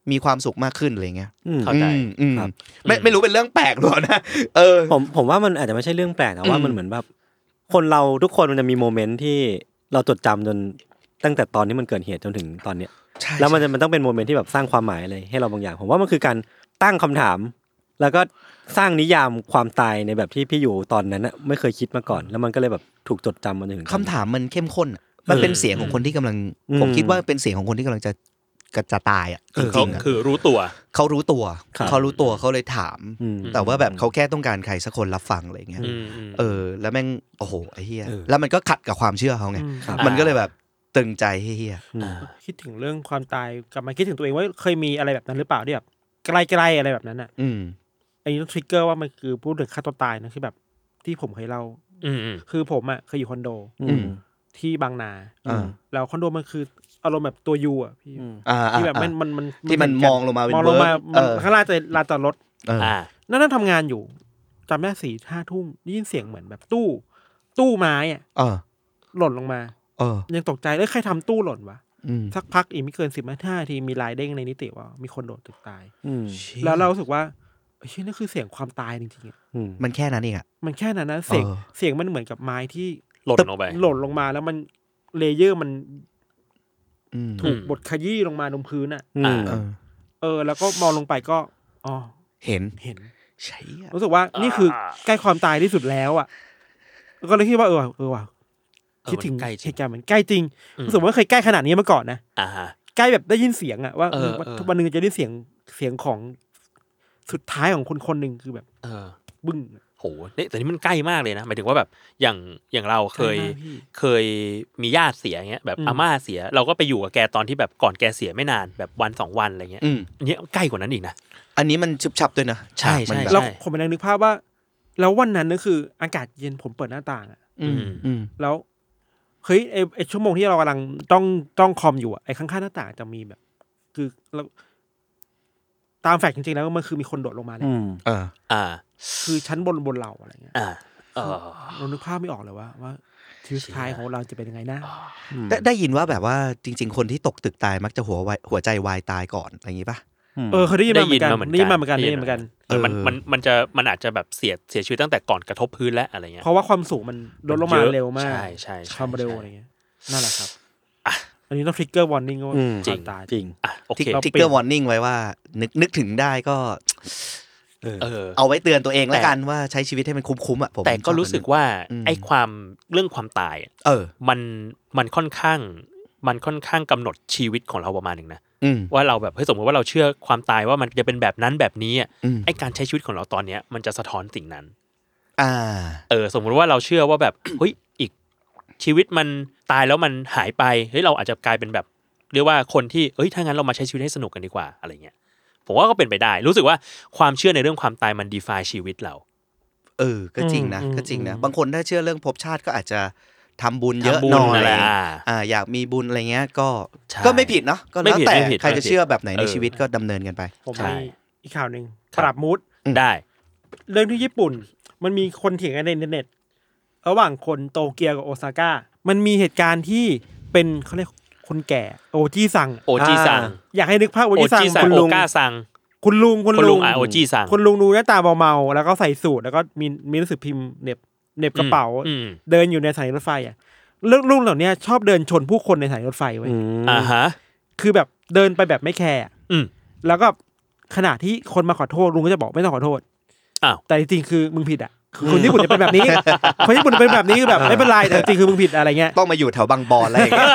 มีความสุขมากขึ้นอะไรเงี้ยเข้าใจครับไม่ไม่รู้เป็นเรื่องแปลกหรอนะเออผมผมว่ามันอาจจะไม่ใช่เรื่องแปลกแต่ว่ามันเหมือนแบบคนเราทุกคนมันจะมีโมเมนต์ที่เราจดจำจนตั้งแต่ตอนที่มันเกิดเหตุจนถึงตอนเนี้ยแล้วมันจะมันต้องเป็นโมเมนต์ที่แบบสร้างความหมายอะไรให้เราบางอย่างผมว่ามันคือการตั้งคำถามแล้วก็สร้างนิยามความตายในแบบที่พี่อยู่ตอนนั้นน่ะไม่เคยคิดมาก่อนแล้วมันก็เลยแบบถูกจดจำมาถึงคำถามมันเข้มข้นมันเป็นเสียงของคนที่กำลังผมคิดว่าเป็นเสียงของคนที่กำลังจะจะตายอ่ะจริงๆอ่ะคือรู้ตัวเขารู้ตัวเขารู้ตัวเขาเลยถามแต่ว่าแบบเขาแค่ต้องการใครสักคนรับฟังอะไรเงี้ยเออแล้วแม่งโอ้โหไอ้เหี้ยแล้วมันก็ขัดกับความเชื่อเขาไงมันก็เลยแบบตึงใจเหี้ยคิดถึงเรื่องความตายกลับมาคิดถึงตัวเองว่าเคยมีอะไรแบบนั้นหรือเปล่าที่แบบใกล้ๆอะไรแบบนั้นอ่ะไอ้ทริกเกอร์ว่ามันคือพูดถึงฆ่าตัวตายนะคือแบบที่ผมเคยเล่าคือผมอ่ะเคยอยู่คอนโดที่บางนาแล้วคอนโดมันคืออารมณ์แบบตัวยูอ่ะพี่ที่แบบมันมันมันที่มันมองลงมามองลงมาข้างล่างจะลานจอดรถนั่นนั่นทำงานอยู่จำได้สี่ห้าทุ่มได้ยินเสียงเหมือนแบบตู้ตู้ไม้อ่ะหล่นลงมายังตกใจเลยใครทำตู้หล่นวะสักพักอีกไม่เกินสิบห้านาทีมีลายเด้งในนิติว่ามีคนโดดตึกตายแล้วเรารู้สึกว่าเฮ้ยนั่นคือเสียงความตายจริงๆมันแค่นั้นเองอ่ะมันแค่นั้นนะเสียงเสียงมันเหมือนกับไม้ที่หล่นลงไปหล่นลงมาแล้วมันเลเยอร์มันถูกบดขยี้ลงมาบนพื้นอ่ะเออแล้วก็มองลงไปก็อ๋อเห็นเห็นใช่รู้สึกว่านี่คือใกล้ความตายที่สุดแล้วอ่ะก็เลยคิดว่าเออเออว่ะคิดถึงเหตุการณ์มันใกล้จริงรู้สึกว่าเคยใกล้ขนาดนี้มาก่อนนะใกล้แบบได้ยินเสียงอ่ะว่าวันนึงจะได้เสียงเสียงของสุดท้ายของคนคนหนึ่งคือแบบบึ้งโหเนี่ยแต่นี่มันใกล้มากเลยนะหมายถึงว่าแบบอย่างอย่างเราเคยเคยมีญาติเสียเงี้ยแบบอาม่าเสียเราก็ไปอยู่กับแกตอนที่แบบก่อนแกเสียไม่นานแบบวันสองวันอะไรเงี้ยอันนี้ใกล้กว่านั้นอีกนะอันนี้มันชุบชับด้วยนะใช่ใช่แล้วผมกำลังนึกภาพว่าแล้ววันนั้นก็คืออากาศเย็นผมเปิดหน้าต่างอ่ะแล้วเฮ้ยไอไอชั่วโมงที่เรากำลังต้องต้องคอมอยู่อ่ะไอข้างๆหน้าต่างจะมีแบบคือเราตามแฟกต์จริงๆแล้วมันคือมีคนโดดลงมาเลยอ่าอ่าคือชั้นบนบนเราอะไรเงี้ยอ่าเออเรานึกภาพไม่ออกเลยว่าว่าชีวิตท้ายของเราจะเป็นยังไงนะได้ได้ยินว่าแบบว่าจริงๆคนที่ตกตึกตายมักจะหัวหัวใจวายตายก่อนอะไรอย่างงี้ป่ะเออเคยได้ยินมาเหมือนกันได้ยินมาเหมือนกันได้ยินเหมือนกันมันมันมันจะมันอาจจะแบบเสียเสียชีวิตตั้งแต่ก่อนกระทบพื้นแล้วอะไรเงี้ยเพราะว่าความสูงมันลดลงมาเร็วมากใช่ใช่ความเร็วอะไรเงี้ยนั่นแหละครับอันนี้ต้องทริกเกอร์วอร์นิ่งว่าจริงจริงอ่ะโอเคทริกเกอร์วอร์นิ่งไว้ว่านึกนึกถึงได้ก็เออเอาไว้เตือนตัวเองแล้วกันว่าใช้ชีวิตให้มันคุ้มๆอ่ะผมแต่ก็รู้สึกว่าไอ้ความเรื่องความตายเออมันมันค่อนข้างมันค่อนข้างกำหนดชีวิตของเราประมาณนึงนะว่าเราแบบเฮ้ยสมมติว่าเราเชื่อความตายว่ามันจะเป็นแบบนั้นแบบนี้ไอ้การใช้ชีวิตของเราตอนเนี้ยมันจะสะท้อนสิ่งนั้นอ่าเออสมมติว่าเราเชื่อว่าแบบเฮ้ยอีกชีวิตมันตายแล้วมันหายไปเฮ้ยเราอาจจะกลายเป็นแบบเรียกว่าคนที่เอ้ยถ้างั้นเรามาใช้ชีวิตให้สนุกกันดีกว่าอะไรเงี้ยผมว่าก็เป็นไปได้รู้สึกว่าความเชื่อในเรื่องความตายมัน define ชีวิตเราเออก็จริงนะก็จริงนะบางคนถ้าเชื่อเรื่องภพชาติก็อาจจะทำบุญเยอะหน่อยอ่าอยากมีบุญอะไรเงี้ยก็ก็ไม่ผิดเนาะก็แล้วแต่ใครจะเชื่อแบบไหนในชีวิตก็ดำเนินกันไปผมมีอีกข่าวนึงปรับมูดได้เรื่องที่ญี่ปุ่นมันมีคนเถียงกันในอินเทอร์เน็ตระหว่างคนโตเกียวกับโอซาก้ามันมีเหตุการณ์ที่เป็นเขาเรียกคนแก่โอจิซังโอจิซังอยากให้นึกภาพโอจิซังคุณลุงซังคุณลุงคุณลุงโอจิซังคุณลุงดูหน้าตาเมาๆแล้วก็ใส่สูทแล้วก็มีมีหนังสือพิมพ์เหน็บเหน็บกระเป๋าเดินอยู่ในสถานีรถไฟอ่ะลุงเหล่านี้ชอบเดินชนผู้คนในสถานีรถไฟไว้อ่าฮะคือแบบเดินไปแบบไม่แคร์แล้วก็ขณะที่คนมาขอโทษลุงก็จะบอกไม่ต้องขอโทษอ้าวแต่จริงๆคือมึงผิดอ่ะคนญี่ปุ่นจะเป็นแบบนี้คนญี่ปุ่นเป็นแบบนี้คือแบบไม่เป็นไรแต่จริงคือมึงผิดอะไรเงี้ยต้องมาอยู่แถวบางบอนอะไรอย่างเงี้ย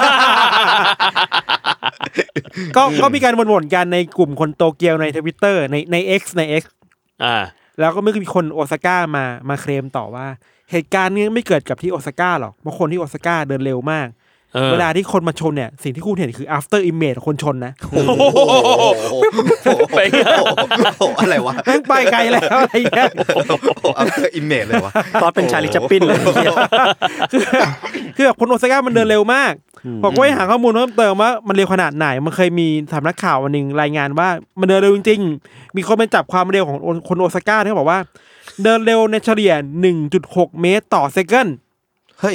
ก็ก็มีการบ่นๆกันในกลุ่มคนโตเกียวใน Twitter ในใน X ใน X อ่าแล้วก็ไม่มีคนโอซาก้ามามาเคลมต่อว่าเหตุการณ์นี้ไม่เกิดกับที่โอซาก้าหรอกเพราะคนที่โอซาก้าเดินเร็วมากเวลาที่คนมาชนเนี่ยสิ่งที่คุณเห็นคือ after image คนชนนะโอ้โหไปอะไรวะแม่งไปไกลแล้วอะไรเงี้ย after image เลยวะตอนเป็นชาลิจัปปินเลยคือคือแบบคนโอซาก้ามันเดินเร็วมากผมก็ไปหาข้อมูลเพิ่มเติมว่ามันเร็วขนาดไหนมันเคยมีสำนักข่าววันนึงรายงานว่ามันเดินเร็วจริงๆมีคนไปจับความเร็วของคนโอซาก้าที่บอกว่าเดินเร็วในเฉลี่ย หนึ่งจุดหก เมตรต่อเซคันด์เฮ้ย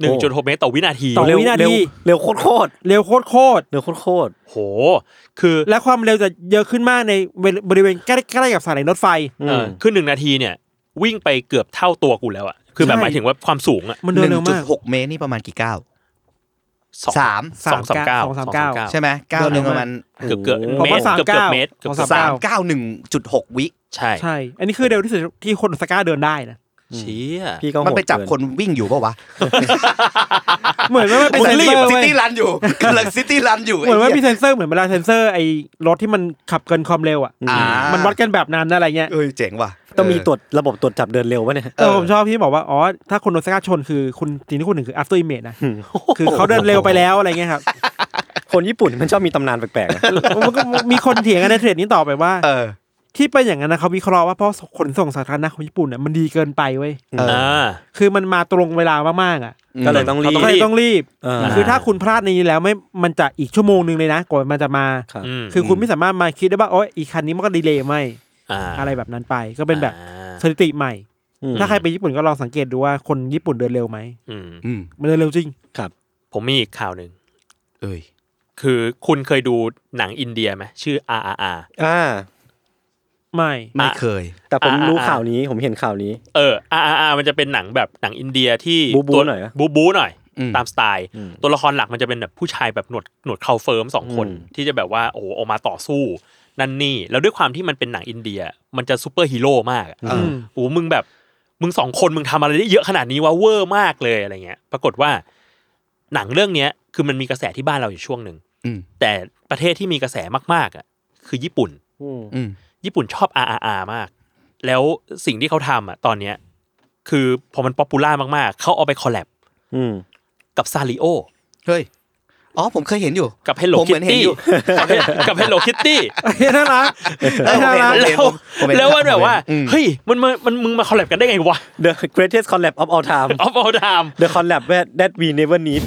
หนึ่งจุดหก เมตรต่อวินาทีต่อวินาทีเร็วโคตรโคตรเร็วโคตรโคตรเร็วโคตรโคตรโหคือและความเร็วจะเยอะขึ้นมากในบริเวณใกล้ๆกับสถานีรถไฟเออคือหนึ่งนาทีเนี่ยวิ่งไปเกือบเท่าตัวกูแล้วอ่ะคือแบบหมายถึงว่าความสูงอ่ะมันเดินเร็วหนึ่งจุมาดกหก เมตรนี่ประมาณกี่ก้าว สามสองสามเก้าสองสามเก้าใช่ไหมก้าวหนึ่งประมาณเกือบเกือบผมเมว่าตรสามเกือบเก้าเมตรเกือบสองสาสามมเก้าหนึ่งจุดหก วิใช่ใช่อันนี้คือเร็วที่สุดที่คนสก้าเดินได้นะเชี่ยพี่ก็มันไปจับคนวิ่งอยู่ป่าวะเหมือนว่ามันเป็นมึงเซนรีเซบอร์ซิเว้ยตี้รันอยู่กำลังซิตี้รันอยู่เหมือนว่ามีไเซนเซอร์เหมือนเวลาเซนเซอร์ไอ้รถที่มันขับเกินความเร็วอ่ะอ่ามันวัดกันแบบนั้นอะไรเงี้ยเอ้ยเจ๋งว่ะต้องมีตรวจระบบตรวจจับเดินเร็วป่ะเนี่ยเออผมชอบที่บอกว่าอ๋อถ้าคนโดนสก้าชนคือคุณสิ่งที่คุณถึงคือ after image นะคือเขาเดินเร็วไปแล้วอะไรเงี้ยครับคนญี่ปุ่นมันชอบมีตำนานแปลกๆนะมันก็มีคนเถียงกันในเทรดนี้ต่อไปว่าเออที่เป็นอย่างนั้นนะเขาวิเคราะห์ว่าเพราะขนส่งสาธารณะของญี่ปุ่นเนี่ยมันดีเกินไปเว้ยเอออ่าคือมันมาตรงเวลามากๆอ่ะก็เลยต้องรีบก็เลยต้องรีบเออคือถ้าคุณพลาดในนี้แล้วไม่มันจะอีกชั่วโมงนึงเลยนะกว่ามันจะมาครับอืมคือคุณไม่สามารถมาคิดได้ว่าโอ๊ยอีกคันนี้มันก็ดีเลย์ไม่อ่าอะไรแบบนั้นไปก็เป็นแบบอ่าสถิติใหม่อืมถ้าใครไปญี่ปุ่นก็ลองสังเกตดูว่าคนญี่ปุ่นเดินเร็วไหมอืมอืมมันเดินเร็วจริงผมมีอีกข่าวหนึ่งเอ้ยคือคุณเคยดูหนังอินเดียไหมชื่อ อาร์ อาร์ อาร์อ่าไม่ไม่เคยแต่ผมอ่ารู้อ่าข่าวนี้ผมเห็นข่าวนี้เออ อาร์ อาร์ อาร์ มันจะเป็นหนังแบบหนังอินเดียที่บู๊บู๊ตัวหน่อยอะบูบูหน่อยอืมตามสไตล์อืมตัวละครหลักมันจะเป็นแบบผู้ชายแบบหนวดหนวดเข่าเฟิร์มสองคนอืมที่จะแบบว่าโอ้โหออกมาต่อสู้นั่นนี่แล้วด้วยความที่มันเป็นหนังอินเดีย มันจะซูเปอร์ฮีโร่มากอะเออโอ้โหมึงแบบมึงสองคนมึงทำอะไรได้เยอะขนาดนี้วะเวอร์มากเลยอะไรเงี้ย ปรากฏว่า หนังเรื่องเนี้ยคือมันมีกระแสที่บ้านเราอยู่ช่วงหนึ่งอืมแต่ประเทศที่มีกระแสมากๆอ่ะคือญี่ปุ่นอืมอืมญี่ปุ่นชอบ อาร์ อาร์ อาร์ มาก แล้วสิ่งที่เขาทำอ่ะตอนเนี้ยคือพอมันป๊อปปูล่ามากๆเขาเอาไปคอลแลบอืมกับซาริโอเฮ้ยอ๋อผมเคยเห็นอยู่กับ Hello ผมเหมือนเห็น Kitty อยู่กับ Hello Kitty น่ารักเออผมเห็นผมเห็นแล้วผมเห็นแล้วมันแบบว่าอืมเฮ้ยมันมามันมึงมาคอลแลบกันได้ไงวะ The greatest collab of all time of all time The collab that we never need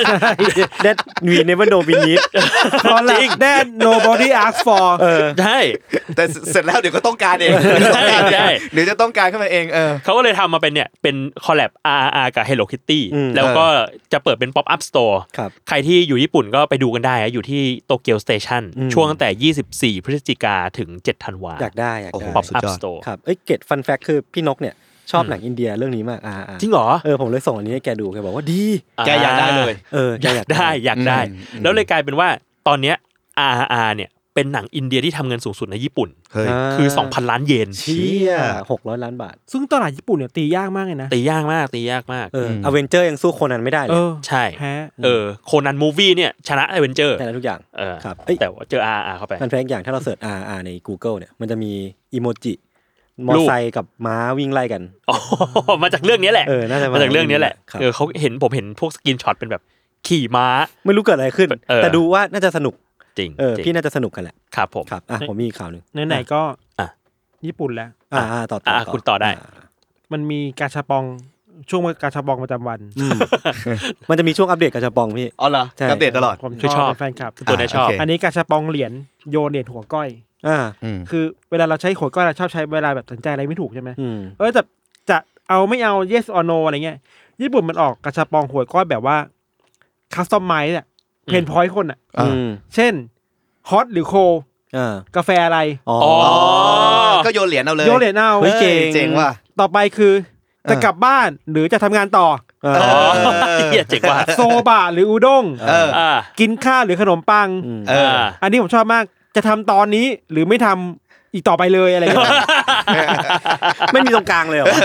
that we never know we need ตอนแรก that nobody ask for เออใช่แต่เสร็จแล้วเดี๋ยวก็ต้องการเองใช่เดี๋ยวจะต้องการขึ้นมาเองเออเขาก็เลยทำมาเป็นเนี่ยเป็นคอลแลบ อาร์ อาร์ อาร์ กับ Hello Kitty อืมแล้วก็จะเปิดเป็น pop up store ครับใครที่อยู่ญี่ปุ่นก็ไปดูกันได้อะอยู่ที่โตเกียวสเตชันอืมช่วงตั้งแต่ยี่สิบสี่พฤศจิกาถึงเจ็ดธันวาอยากได้อยากโอ้โหได้ pop สุด up ยอด store ครับเอ้ยเกตฟันแฟกคือพี่นกเนี่ยชอบหนังอินเดียเรื่องนี้มากอ่าอ่าจริงเหรอเออผมเลยส่งอันนี้ให้แกดูแกบอกว่าดีแกอยากได้เลยเออแกออยายาก กได้อยากได้อืมอืมแล้วเลยกลายเป็นว่าตอนเนี้ย อาร์ อาร์ เนี่ยเป็นหนังอินเดียที่ทำเงินสูงสุดในญี่ปุ่นเฮ้ยคือ สองพัน ล้านเยนเชี่ยหกร้อยล้านบาทซึ่งตลาดญี่ปุ่นเนี่ยตียากมากเลยนะตียากมากตียากมากเอออเวนเจอร์ยังสู้โคนันไม่ได้เลเอย อใช่แพ้เออโคนันมูฟวี่เนี่ยชนะไอเวนเจอร์แต่ละทุกอย่างเออครับเอ้ยแต่ว่าเจอ อาร์ อาร์ เข้าไปมันแฟกอย่างถ้าเราเสิร์ช R R ใน Google เนี่ยมันจะมีอีโมจิมอไซค์กับม้าวิ่งไล่กันอ๋อมาจากเรื่องนี้แหละเออน่าจะมาจากเรื่องนี้แหละครับเออเขาเห็นผมเห็นพวกสกินช็อตเป็นแบบขี่ม้าไม่รู้เกิดอะไรขึ้นเออแต่ดูว่าน่าจะสนุกจริงเออจริงพี่น่าจะสนุกกันแหละครับผมครับอ่ะผมมีอีกข่าวหนึ่งไหนๆก็อ่ะญี่ปุ่นแล้วอ่าอ่าต่อต่ออ่ะต่คุณต่อได้ามันมีกาชาปองช่วงกาชาปองประจำวันอืมมันจะมีช่วงอัปเดตกระชับปองพี่อ๋อเหรอใช่อัปเดตตลอดผมคือชชออบบ เป็นแฟนคลับตัวได้ชอบโอเคอันนี้กาชาปองเหรียญโยนเหรียญหัวก้อยอ่าอืมคือเวลาเราใช้หัวก้อยเราชอบใช้เวลาแบบตัดสินใจอะไรไม่ถูกใช่ไหมอืมเออแต่จะเอาไม่เอา yes or no อะไรเงี้ยญี่ปุ่นมันออกกาชาปองหัวก้อยแบบว่าคัสตอมไมซ์อะเพนพอยต์คนอะอ่าอืมเช่นฮอตหรือโคอ่ากาแฟอะไรอ๋ออ๋อก็โยนเหรียญเอาเลยโยนเหรียญเอาเฮ้ยเจ๋งเจ๋งว่ะต่อไปคือจะกลับบ้านหรือจะทำงานต่ออ่าอ๋อเฮียเจ๋งว่ะโซบะหรืออุด้งเอออ่ากินข้าวหรือขนมปังอืมเอออันนี้ผมชอบมากจะทำตอนนี้หรือไม่ทำอีกต่อไปเลยอะไรเงี้ยไม่มีตรงกลางเลยเหรอวะ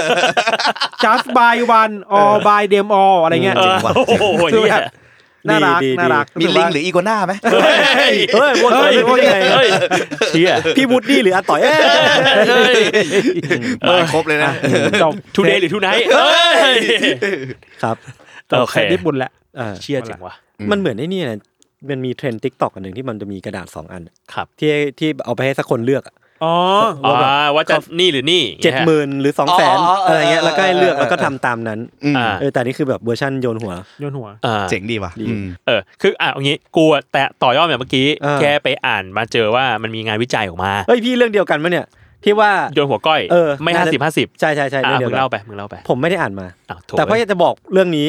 just buy one or buy them all อะไรเงี้ยเออโอ้โหคือเฮีแบยบน่ารักดีดีน่ารักมีลิงหรืออีกัวน่าไหมเฮ้ยเฮ้ยวนเฮ้ไปยเรื่อยๆไงเฮ้ยเชี่ยพี่วูดดี้หรืออาต่อยเอ้ยเฮ้ยมาครบเลยนะจบทูเดย์หรือทูไนท์เฮ้ยครับจบโอเคเสร็จญี่ปุ่นแล้วอ่าเชี่ยเจ๋งว่ะมันเหมือนไอ้นี่นะมันมีเทรนด์ทิกตอกอันหนึ่งที่มันจะมีกระดาษสองอันครับที่ที่เอาไปให้สักคนเลือกอะอ๋ออ๋อว่าจะนี่หรือนี่เจ็ดหมื่นหรือสองแสนอ๋ออ๋อเออออะไรเงี้ยแล้วก็ให้เลือกเออแล้วก็ทำตามนั้นอืมอ่าเออแต่นี่คือแบบเวอร์ชันโยนหัวโยนหัวอ่าเจ๋งดีว่ะดีอืมเออคืออ่ะเอางี้กูอะแต่ต่อยอดแบบเมื่อกี้อ่าแค่ไปอ่านมาเจอว่ามันมีงานวิจัยออกมาเฮ้ยพี่เรื่องเดียวกันปะเนี่ยที่ว่าโยนหัวก้อยเออไม่น่าห้าจะสิบห้าสิบใช่ใช่ใช่อ่ะเรื่องเดีมึยวงกัเล่าน ไปมึงเล่าไปผมไม่ได้อ่านมาอ้าวโถแต่พ่ออยากจะบอกเรื่องนี้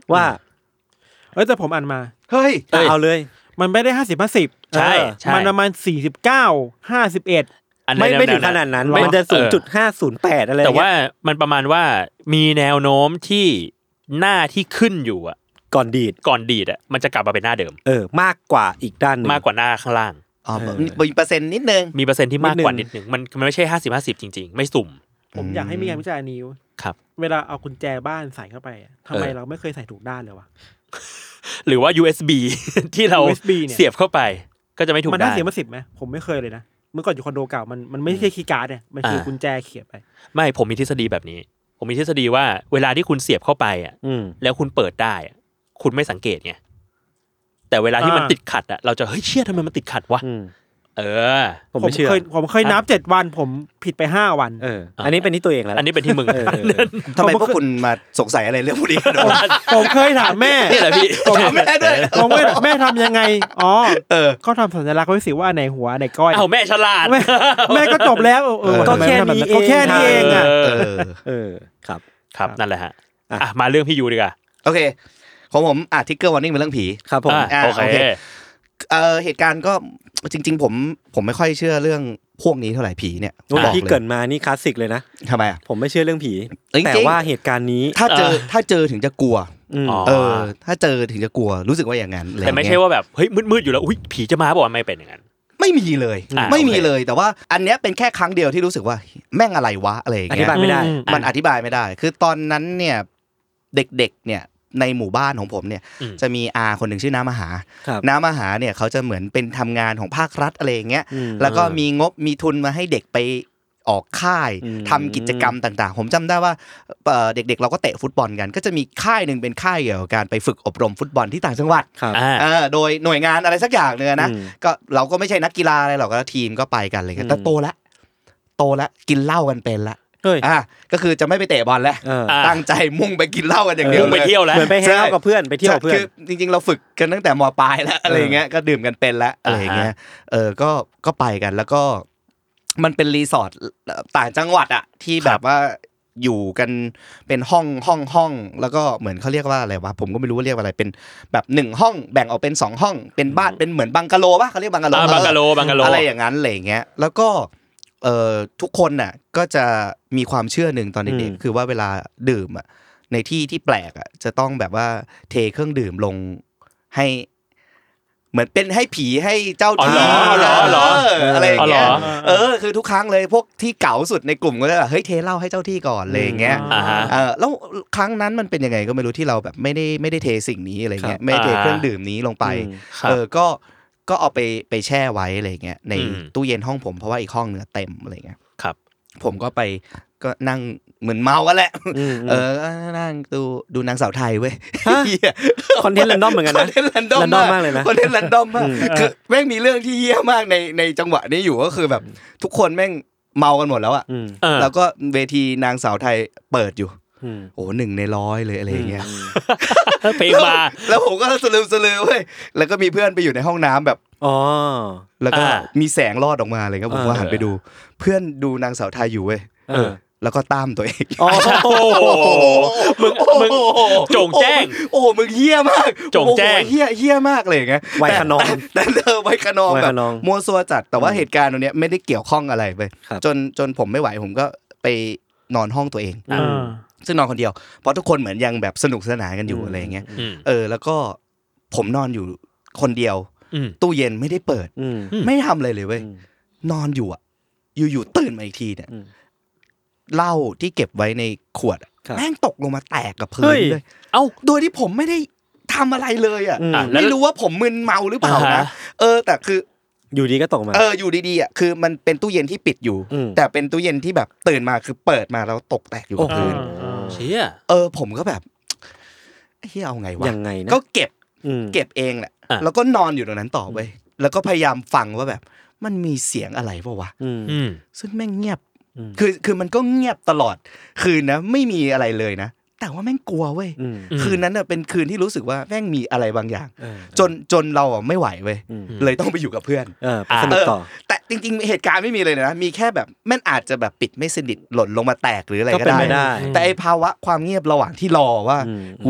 ว่าเอ้ยแต่ผมอ่านมาเฮ้ยเอาเลยมันไม่ได้ห้าสิบ ห้าสิบใช่มันประมาณสี่สิบเก้า ห้าสิบเอ็ดไม่ไม่ถึงขนาดนั้นมันจะ ศูนย์จุดห้าศูนย์แปด อะไรแต่ว่ามันประมาณว่ามีแนวโน้มที่หน้าที่ขึ้นอยู่อ่ะก่อนดีดก่อนดีดอ่ะมันจะกลับมาเป็นหน้าเดิมเออมากกว่าอีกด้านนึงมากกว่าหน้าข้างล่างอ๋อมีเปอร์เซ็นต์นิดนึงมีเปอร์เซ็นต์ที่มากกว่านิดนึงมันมันไม่ใช่ห้าสิบ ห้าสิบจริงๆไม่สุ่มผมอยากให้มีการวิจัยนี้ครับเวลาเอากุญแจบ้านใส่เข้าไปทำไมเราไม่เคยใส่ถูกด้านเลยวะหรือว่า ยู เอส บี ที่เราเสียบเข้าไปก็จะไม่ถูกด้านมันน่าเสียมาสิบไหมผมไม่เคยเลยนะเมื่อก่อนอยู่คอนโดเก่ามันมันไม่ใช่คีย์การ์ดเนี่ยมันคือกุญแจเขียบไปไม่ผมมีทฤษฎีแบบนี้ผมมีทฤษฎีว่าเวลาที่คุณเสียบเข้าไปอ่ะแล้วคุณเปิดได้คุณไม่สังเกตไงแต่เวลาที่มันติดขัดอ่ะเราจะเฮ้ยเชี่ยทำไมมันติดขัดวะเออผมไม่เชื่อผมเคยนับเจ็ดวันผมผิดไปห้าวันเอออันนี้เป็นที่ตัวเองแล้วอันนี้เป็นที่มึงทำไมพวกคุณมาสงสัยอะไรเรื่องพวกนี้ผมเคยถามแม่นี่แหละพี่ผมถามแม่ด้วยผมว่าแม่ทำยังไงอ๋อเขาทำสัญลักษณ์ไว้สิว่าไหนหัวไหนก้อยเอาแม่ฉลาดแม่ก็จบแล้วเออก็แค่นี้ก็แค่นี้เองอ่ะเออครับครับนั่นแหละฮะอ่ะมาเรื่องพี่ยูดีกว่าโอเคของผมอ่ะทิกเกอร์วอร์นิ่งเป็นเรื่องผีครับผมโอเคเอ่อเหตุการณ์ก็จริงๆผมผมไม่ค่อยเชื่อเรื่องพวกนี้เท่าไหร่ผีเนี่ยที่เกิดมานี่คลาสสิกเลยนะทำไมอ่ะผมไม่เชื่อเรื่องผีแต่ว่าเหตุการณ์นี้ถ้าเจอถ้าเจอถึงจะกลัวเออถ้าเจอถึงจะกลัวรู้สึกว่าอย่างนั้นแต่ไม่ใช่ว่าแบบเฮ้ยมืดๆอยู่แล้วอุ้ยผีจะมาบอกว่าไม่เป็นอย่างนั้นไม่มีเลยไม่มีเลยแต่ว่าอันเนี้ยเป็นแค่ครั้งเดียวที่รู้สึกว่าแม่งอะไรวะอะไรอย่างเงี้ยอธิบายไม่ได้มันอธิบายไม่ได้คือตอนนั้นเนี่ยเด็กๆเนี่ยในหมู่บ้านของผมเนี่ยจะมีอาคนหนึ่งชื่อน้ามหาน้ามหาเนี่ยเขาจะเหมือนเป็นทำงานของภาครัฐอะไรอย่างเงี้ยแล้วก็มีงบมีทุนมาให้เด็กไปออกค่ายทำกิจกรรมต่างๆผมจำได้ว่าเด็กๆเราก็เตะฟุตบอลกันก็จะมีค่ายหนึ่งเป็นค่ายเกี่ยวกับการไปฝึกอบรมฟุตบอลที่ต่างจังหวัดโดยหน่วยงานอะไรสักอย่างนึงนะก็เราก็ไม่ใช่นักกีฬาอะไรหรอกก็ทีมก็ไปกันเลยแต่โตแล้วโตแล้วกินเหล้ากันเป็นละอ่ะก็คือจะไม่ไปเตะบอลแล้วตั้งใจมุ่งไปกินเหล้ากันอย่างเดียวมุ่งไปเที่ยวแล้วเหมือนไปแฮงเอาท์กับเพื่อนไปเที่ยวเพื่อนคือจริงๆเราฝึกกันตั้งแต่ม.ปลายแล้วอะไรเงี้ยก็ดื่มกันเป็นแล้วอะไรเงี้ยเออก็ก็ไปกันแล้วก็มันเป็นรีสอร์ทต่างจังหวัดอ่ะที่แบบว่าอยู่กันเป็นห้องห้องห้องแล้วก็เหมือนเขาเรียกว่าอะไรวะผมก็ไม่รู้ว่าเรียกว่าอะไรเป็นแบบหนึ่งห้องแบ่งออกเป็นสองห้องเป็นบ้านเป็นเหมือนบังกะโลป่ะเขาเรียกบังกะโลบังกะโลบังกะโลอะไรอย่างนั้นอะไรเงี้ยแล้วก็เอ่อทุกคนน่ะก็จะมีความเชื่อหนึ่งตอนเด็กๆคือว่าเวลาดื่มอ่ะในที่ที่แปลกอ่ะจะต้องแบบว่าเทเครื่องดื่มลงให้เหมือนเป็นให้ผีให้เจ้าที่อะไรอย่างเงี้ยเออคือทุกครั้งเลยพวกที่เก๋าสุดในกลุ่มก็จะแบบเฮ้ยเทเหล้าให้เจ้าที่ก่อนอะไรอย่างเงี้ยเออแล้วครั้งนั้นมันเป็นยังไงก็ไม่รู้ที่เราแบบไม่ได้ไม่ได้เทสิ่งนี้อะไรเงี้ยไม่เทเครื่องดื่มนี้ลงไปเออก็ก็เอาไปไปแช่ไว้อะไรเงี้ยในตู้เย็นห้องผมเพราะว่าอีกห้องเนื้อเต็มอะไรเงี้ยครับผมก็ไปก็นั่งเหมือนเมากันแหละเออนั่งดูดูนางสาวไทยเว้ยคอนเทนต์แรนดอมเหมือนกันนะคอนเทนต์แรนดอมมากเลยนะคอนเทนต์แรนดอมมากคือแม่งมีเรื่องที่เหี้ยมากในในจังหวะนี้อยู่ก็คือแบบทุกคนแม่งเมากันหมดแล้วอ่ะแล้วก็เวทีนางสาวไทยเปิดอยู่โอ้หนึ่งในร้อยเลยอะไรอย่างเงี้ยเพลงมาแล้วผมก็สลืมสลือเว้ยแล้วก็มีเพื่อนไปอยู่ในห้องน้ำแบบอ๋อแล้วก็มีแสงรอดออกมาอะไรครับผมก็หันไปดูเพื่อนดูนางสาวไทยอยู่เว้ยแล้วก็ตามตัวเองโอ้โหมึงมึงโจ่งแจ้งโอ้มึงเหี้ยมากโจ่งแจ้งเหี้ยเหี้ยมากเลยอย่างเงี้ยไวขนองแต่เออไวขนองแบบมัวซัวจัดแต่ว่าเหตุการณ์ตรงเนี้ยไม่ได้เกี่ยวข้องอะไรไปจนจนผมไม่ไหวผมก็ไปนอนห้องตัวเองซึ่งนอนคนเดียวเพราะทุกคนเหมือนยังแบบสนุกสนานกันอยู่อะไรอย่างเงี้ยเออแล้วก็ผมนอนอยู่คนเดียวตู้เย็นไม่ได้เปิดไม่ทำอะไรเลยเว้ยนอนอยู่อ่ะอยู่ๆตื่นมาอีกทีเนี่ยเหล้าที่เก็บไว้ในขวดแม่งตกลงมาแตกกับพื้นเลยเอ้าโดยที่ผมไม่ได้ทำอะไรเลยอ่ะไม่รู้ว่าผมมึนเมาหรือเปล่านะเออแต่คืออยู่ดีก็ตกมาเอออยู่ดีๆอ่ะคือมันเป็นตู้เย็นที่ปิดอยู่แต่เป็นตู้เย็นที่แบบตื่นมาคือเปิดมาแล้วตกแตกอยู่กับพื้นเชี่ยเออผมก็แบบเฮ้ยเอาไงวะยังไงนะก็เก็บเก็บเองแหละแล้วก็นอนอยู่ตรงนั้นต่อไปแล้วก็พยายามฟังว่าแบบมันมีเสียงอะไรป่ะวะซึ่งแม่งเงียบคือคือมันก็เงียบตลอดคืนนะไม่มีอะไรเลยนะแต่ว่าแม่งกลัวเว้ยคืนนั้นน่ะเป็นคืนที่รู้สึกว่าแม่งมีอะไรบางอย่างจนจนเราอ่ะไม่ไหวเว้ยเลยต้องไปอยู่กับเพื่อนเออสนุกต่อแต่จริงๆเหตุการณ์ไม่มีเลยนะมีแค่แบบแม่งอาจจะแบบปิดไม่สนิทหล่นลงมาแตกหรืออะไรก็ได้แต่ไอ้ภาวะความเงียบระหว่างที่รอว่ากูจะหลับ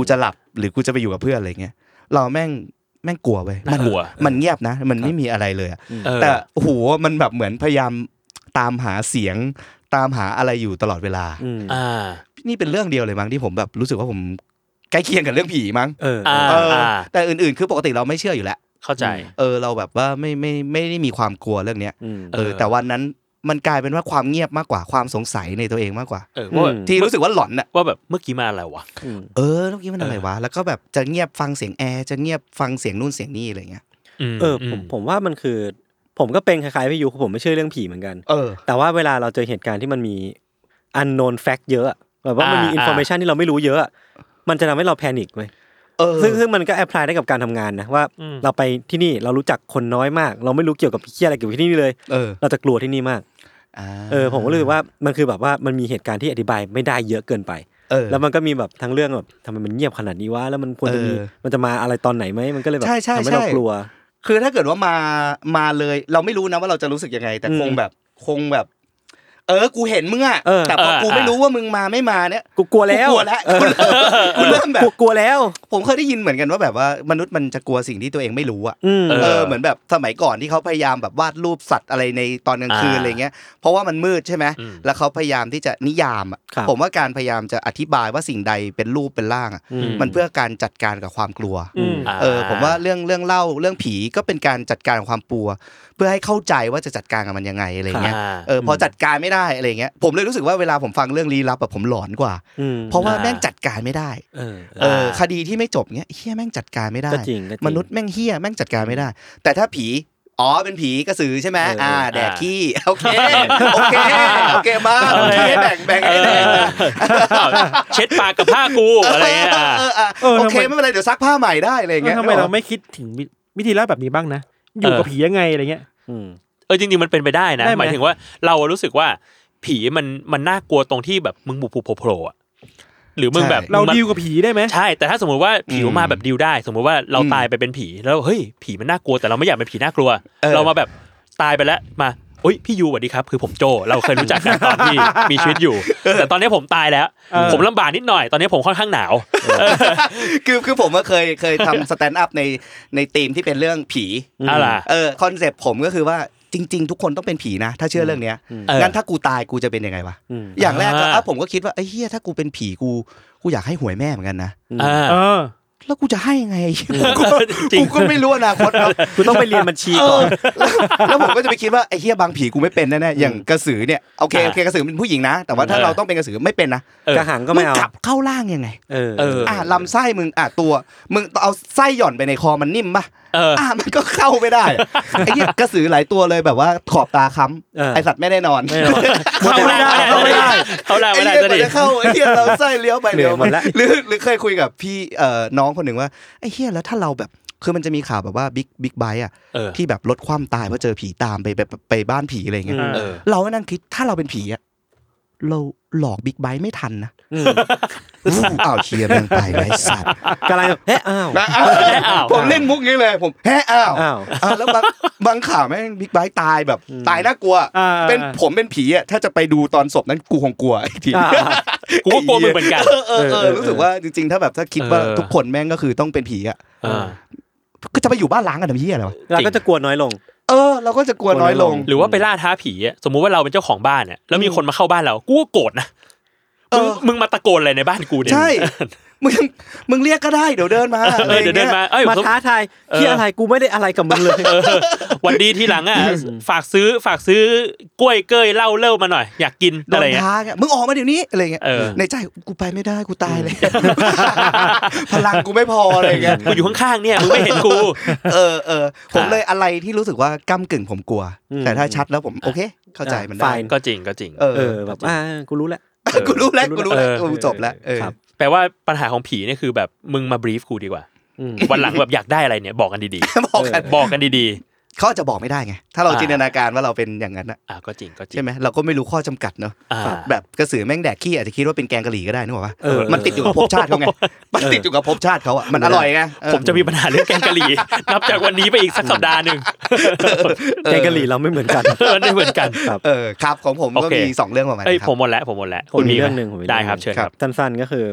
หรือกูจะไปอยู่กับเพื่อนอะไรเงี้ยเราแม่งแม่งกลัวเว้ยมันมันเงียบนะมันไม่มีอะไรเลยแต่โอ้โหมันแบบเหมือนพยายามตามหาเสียงตามหาอะไรอยู่ตลอดเวลาอ่านี่เป็นเรื่องเดียวเลยมั้งที่ผมแบบรู้สึกว่าผมใกล้เคียงกับเรื่องผีมั้งเออแต่อื่นๆคือปกติเราไม่เชื่ออยู่แล้วเข้าใจเออเราแบบว่าไม่ไม่ไม่ได้มีความกลัวเรื่องเนี้ยเออแต่วันนั้นมันกลายเป็นว่าความเงียบมากกว่าความสงสัยในตัวเองมากกว่าที่รู้สึกว่าหลอนน่ะว่าแบบเมื่อกี้มาอะไรวะเออเมื่อกี้มันอะไรวะแล้วก็แบบจะเงียบฟังเสียงแอร์จะเงียบฟังเสียงนู่นเสียงนี่อะไรเงี้ยเออผมผมว่ามันคือผมก็เป็นคล้ายๆพี่ยูผมไม่เชื่อเรื่องผีเหมือนกันเออแต่ว่าเวลาเราเจอเหตุการณ์ที่มันมี unknown fact เยอะแบบว่ามันมี information ที่เราไม่รู้เยอะมันจะทำให้เราแพนิคเว้ยซึ่งซึ่งมันก็แอพพลายได้กับการทำงานนะว่าเราไปที่นี่เรารู้จักคนน้อยมากเราไม่รู้เกี่ยวกับเหี้ยอะไรเกี่ยวกับที่นี่เลยเออเราจะกลัวที่นี่มากเออผมก็รู้สึกว่ามันคือแบบว่ามันมีเหตุการณ์ที่อธิบายไม่ได้เยอะเกินไปแล้วมันก็มีแบบทั้งเรื่องแบบทำไมมันเงียบขนาดนี้วะแล้วมันควรจะมีมันจะมาอะไรตอนไหนไหมมันก็เลยแบบทำให้เรากลัวคือถ้าเกิดว่ามามาเลยเราไม่รู้นะว่าเราจะรู้สึกยังไงแต่คงแบบคงแบบเออกูเห็นมึงอ่ะแต่พอกูไม่รู้ว่ามึงมาไม่มาเนี่ยกูกลัวแล้วกลัวแล้วกูเริ่มแบบกลัวแล้วผมเคยได้ยินเหมือนกันว่าแบบว่ามนุษย์มันจะกลัวสิ่งที่ตัวเองไม่รู้อ่ะเออเหมือนแบบสมัยก่อนที่เขาพยายามแบบวาดรูปสัตว์อะไรในตอนกลางคืนอะไรเงี้ยเพราะว่ามันมืดใช่ไหมแล้วเขาพยายามที่จะนิยามอ่ะผมว่าการพยายามจะอธิบายว่าสิ่งใดเป็นรูปเป็นร่างอ่ะมันเพื่อการจัดการกับความกลัวเออผมว่าเรื่องเรื่องเล่าเรื่องผีก็เป็นการจัดการกับความกลัวเพื่อให้เข้าใจว่าจะจัดการกับมันยังไงอะไรเงี้ยเออพอจัดการไม่ได้อะไรเงี้ยผมเลยรู้สึกว่าเวลาผมฟังเรื่องลี้ลับแบบผมหลอนกว่าเพราะว่าแม่งจัดการไม่ได้เออคดีที่ไม่จบเงี้ยเฮียแม่งจัดการไม่ได้มนุษย์แม่งเฮียแม่งจัดการไม่ได้แต่ถ้าผีอ๋อเป็นผีกระสือใช่ไหมอ่าแดกขี้โอเคโอเคโอเคมาโอเคแบ่งแบ่งเช็ดปากกับผ้ากูอะไรเงี้ยโอเคไม่เป็นไรเดี๋ยวซักผ้าใหม่ได้อะไรเงี้ยทำไมเราไม่คิดถึงวิธีเล่าแบบนี้บ้างนะอยู่กับผียังไงอะไรเงี้ยเออจริงๆมันเป็นไปได้นะหมายถึงว่าเรารู้สึกว่าผีมันมันน่ากลัวตรงที่แบบมึงบุบๆโผล่ๆหรือมึงแบบเราดีลกับผีได้ไหมใช่แต่ถ้าสมมติว่าผีมาแบบดีลได้สมมติว่าเราตายไปเป็นผีแล้วเฮ้ยผีมันน่ากลัวแต่เราไม่อยากเป็นผีน่ากลัวเรามาแบบตายไปแล้วมาโอ๊ยพี่ยูสวัสดีครับคือผมโจเราเคยรู้จักกันตอนที่มีชีวิตอยู่แต่ตอนนี้ผมตายแล้วผมลำบากนิดหน่อยตอนนี้ผมค่อนข้างหนาวคือคือผมก็เคยเคยทำสแตนด์อัพในในธีมที่เป็นเรื่องผีอะไรเออคอนเซ็ปต์ผมก็คือว่าจริงๆทุกคนต้องเป็นผีนะถ้าเชื่อเรื่องเนี้ยงั้นถ้ากูตายกูจะเป็นยังไงวะอย่างแรกก็ผมก็คิดว่าไอ้เหี้ยถ้ากูเป็นผีกูกูอยากให้หวยแม่เหมือนกันนะเออแล้วกูจะให้ยังไงกูก็ไม่รู้อนาคตครับกูต้องไปเรียนบัญชีก่อนแล้วผมก็จะไปคิดว่าไอ้เหี้ยบางผีกูไม่เป็นแน่ๆอย่างกระสือเนี่ยโอเคโอเคกระสือเป็นผู้หญิงนะแต่ว่าถ้าเราต้องเป็นกระสือไม่เป็นนะกระหังก็ไม่เอากลับเข้าร่างยังไงเอออ่ะลำไส้มึงอ่ะตัวมึงเอาไส้หย่อนไปในคอมันนิ่มป่ะอ่ะมันก็เข้าไม่ได้ไอ้เหี้ยกระสือหลายตัวเลยแบบว่าขอบตาค้ำไอ้สัตว์ไม่ได้นอนเข้าไม่ได้เข้าไม่ได้เข้าไม่ได้ไม่ได้จะเข้าไอ้เหี้ยเราไส้เลี้ยวไปเลี้ยวมาหรือหรือเคยคุยกับพี่เอ่อน้องคนหนึ่งว่าไอ้เหี้ยแล้วถ้าเราแบบคือมันจะมีข่าวแบบว่าบิ๊กบิ๊กไบค์อ่ะที่แบบรถคว่ำตายเพราะเจอผีตามไปไปไปบ้านผีอะไรเงี้ยเราก็นั่งคิดถ้าเราเป็นผีอ่ะเราหลอกบิ๊กไบค์ไม่ทันนะอ้าวเชียร์แม่งไปไอ้สัตว์กำลังเฮ้อ้าวผมเล่นมุกนี้เลยผมเฮ้อ้าวแล้วบางบางข่าวแม่งบิ๊กไบค์ตายแบบตายน่ากลัวเป็นผมเป็นผีอ่ะถ้าจะไปดูตอนศพนั้นกูคงกลัวไอ้ทีกูก็กลัวมึงเหมือนกันเออเออรู้สึกว่าจริงๆถ้าแบบถ้าคิดว่าทุกคนแม่งก็คือต้องเป็นผีอ่ะก็จะไปอยู่บ้านล้างกันทำเหี้ยอะไรวะเราก็จะกลัวน้อยลงเออเราก็จะกลัวน้อยลงหรือว่าไปล่าท้าผีอ่ะสมมุติว่าเราเป็นเจ้าของบ้านเนี่ยแล้วมีคนมาเข้าบ้านเรากูก็โกรธนะมึงมาตะโกนอะไรในบ้านกูเนี่ยใช่มึงมึงเรียกก็ได้เดี๋ยวเดินมาเออเดี๋ยวเดินมาเอ้ยมาท้าทายที่อะไรกูไม่ได้อะไรกับมึงเลยวันดีทีหลังอ่ะฝากซื้อฝากซื้อกล้วยเกยเหล้าเล่ามาหน่อยอยากกินอะไรเงี้ยมึงออกมาเดี๋ยวนี้อะไรเงี้ยในใจกูไปไม่ได้กูตายเลยพลังกูไม่พออะไรเงี้ยกูอยู่ข้างๆเนี่ยมึงไม่เห็นกูเออเออผมเลยอะไรที่รู้สึกว่าก้ำกึ่งผมกลัวแต่ถ้าชัดแล้วผมโอเคเข้าใจมันได้ก็จริงก็จริงเออแบบอ่ากูรู้แล้วกูรู้แล้วกูรู้แล้วกูจบแล้วแปลว่าปัญหาของผีเนี่ยคือแบบมึงมาบรีฟกูดีกว่าวันหลังแบบอยากได้อะไรเนี่ยบอกกันดีๆบอกกันบอกกันดีๆเขาจะบอกไม่ได้ไงถ้าเราจินตนาการว่าเราเป็นอย่างนั้นอ่ะก็จริงก็จริงใช่ไหมเราก็ไม่รู้ข้อจำกัดเนอะแบบกระสือแม่งแดกขี้อาจจะคิดว่าเป็นแกงกะหรี่ก็ได้นึกออกป่ะมันติดอยู่กับภพชาติเขาไงมันติดอยู่กับภพชาติเขาอ่ะมันอร่อยไงผมจะมีปัญหาเรื่องแกงกะหรี่นับจากวันนี้ไปอีกสักสัปดาห์นึงแกงกะหรี่เราไม่เหมือนกันไม่เหมือนกันเออครับของผมก็มีสองเรื่องประมาณนี้ครับผมหมดแล้วผมหมดแล้วคุณมีเรื่องนึงผมได้ครับเชิญครับสั้นๆก็คือ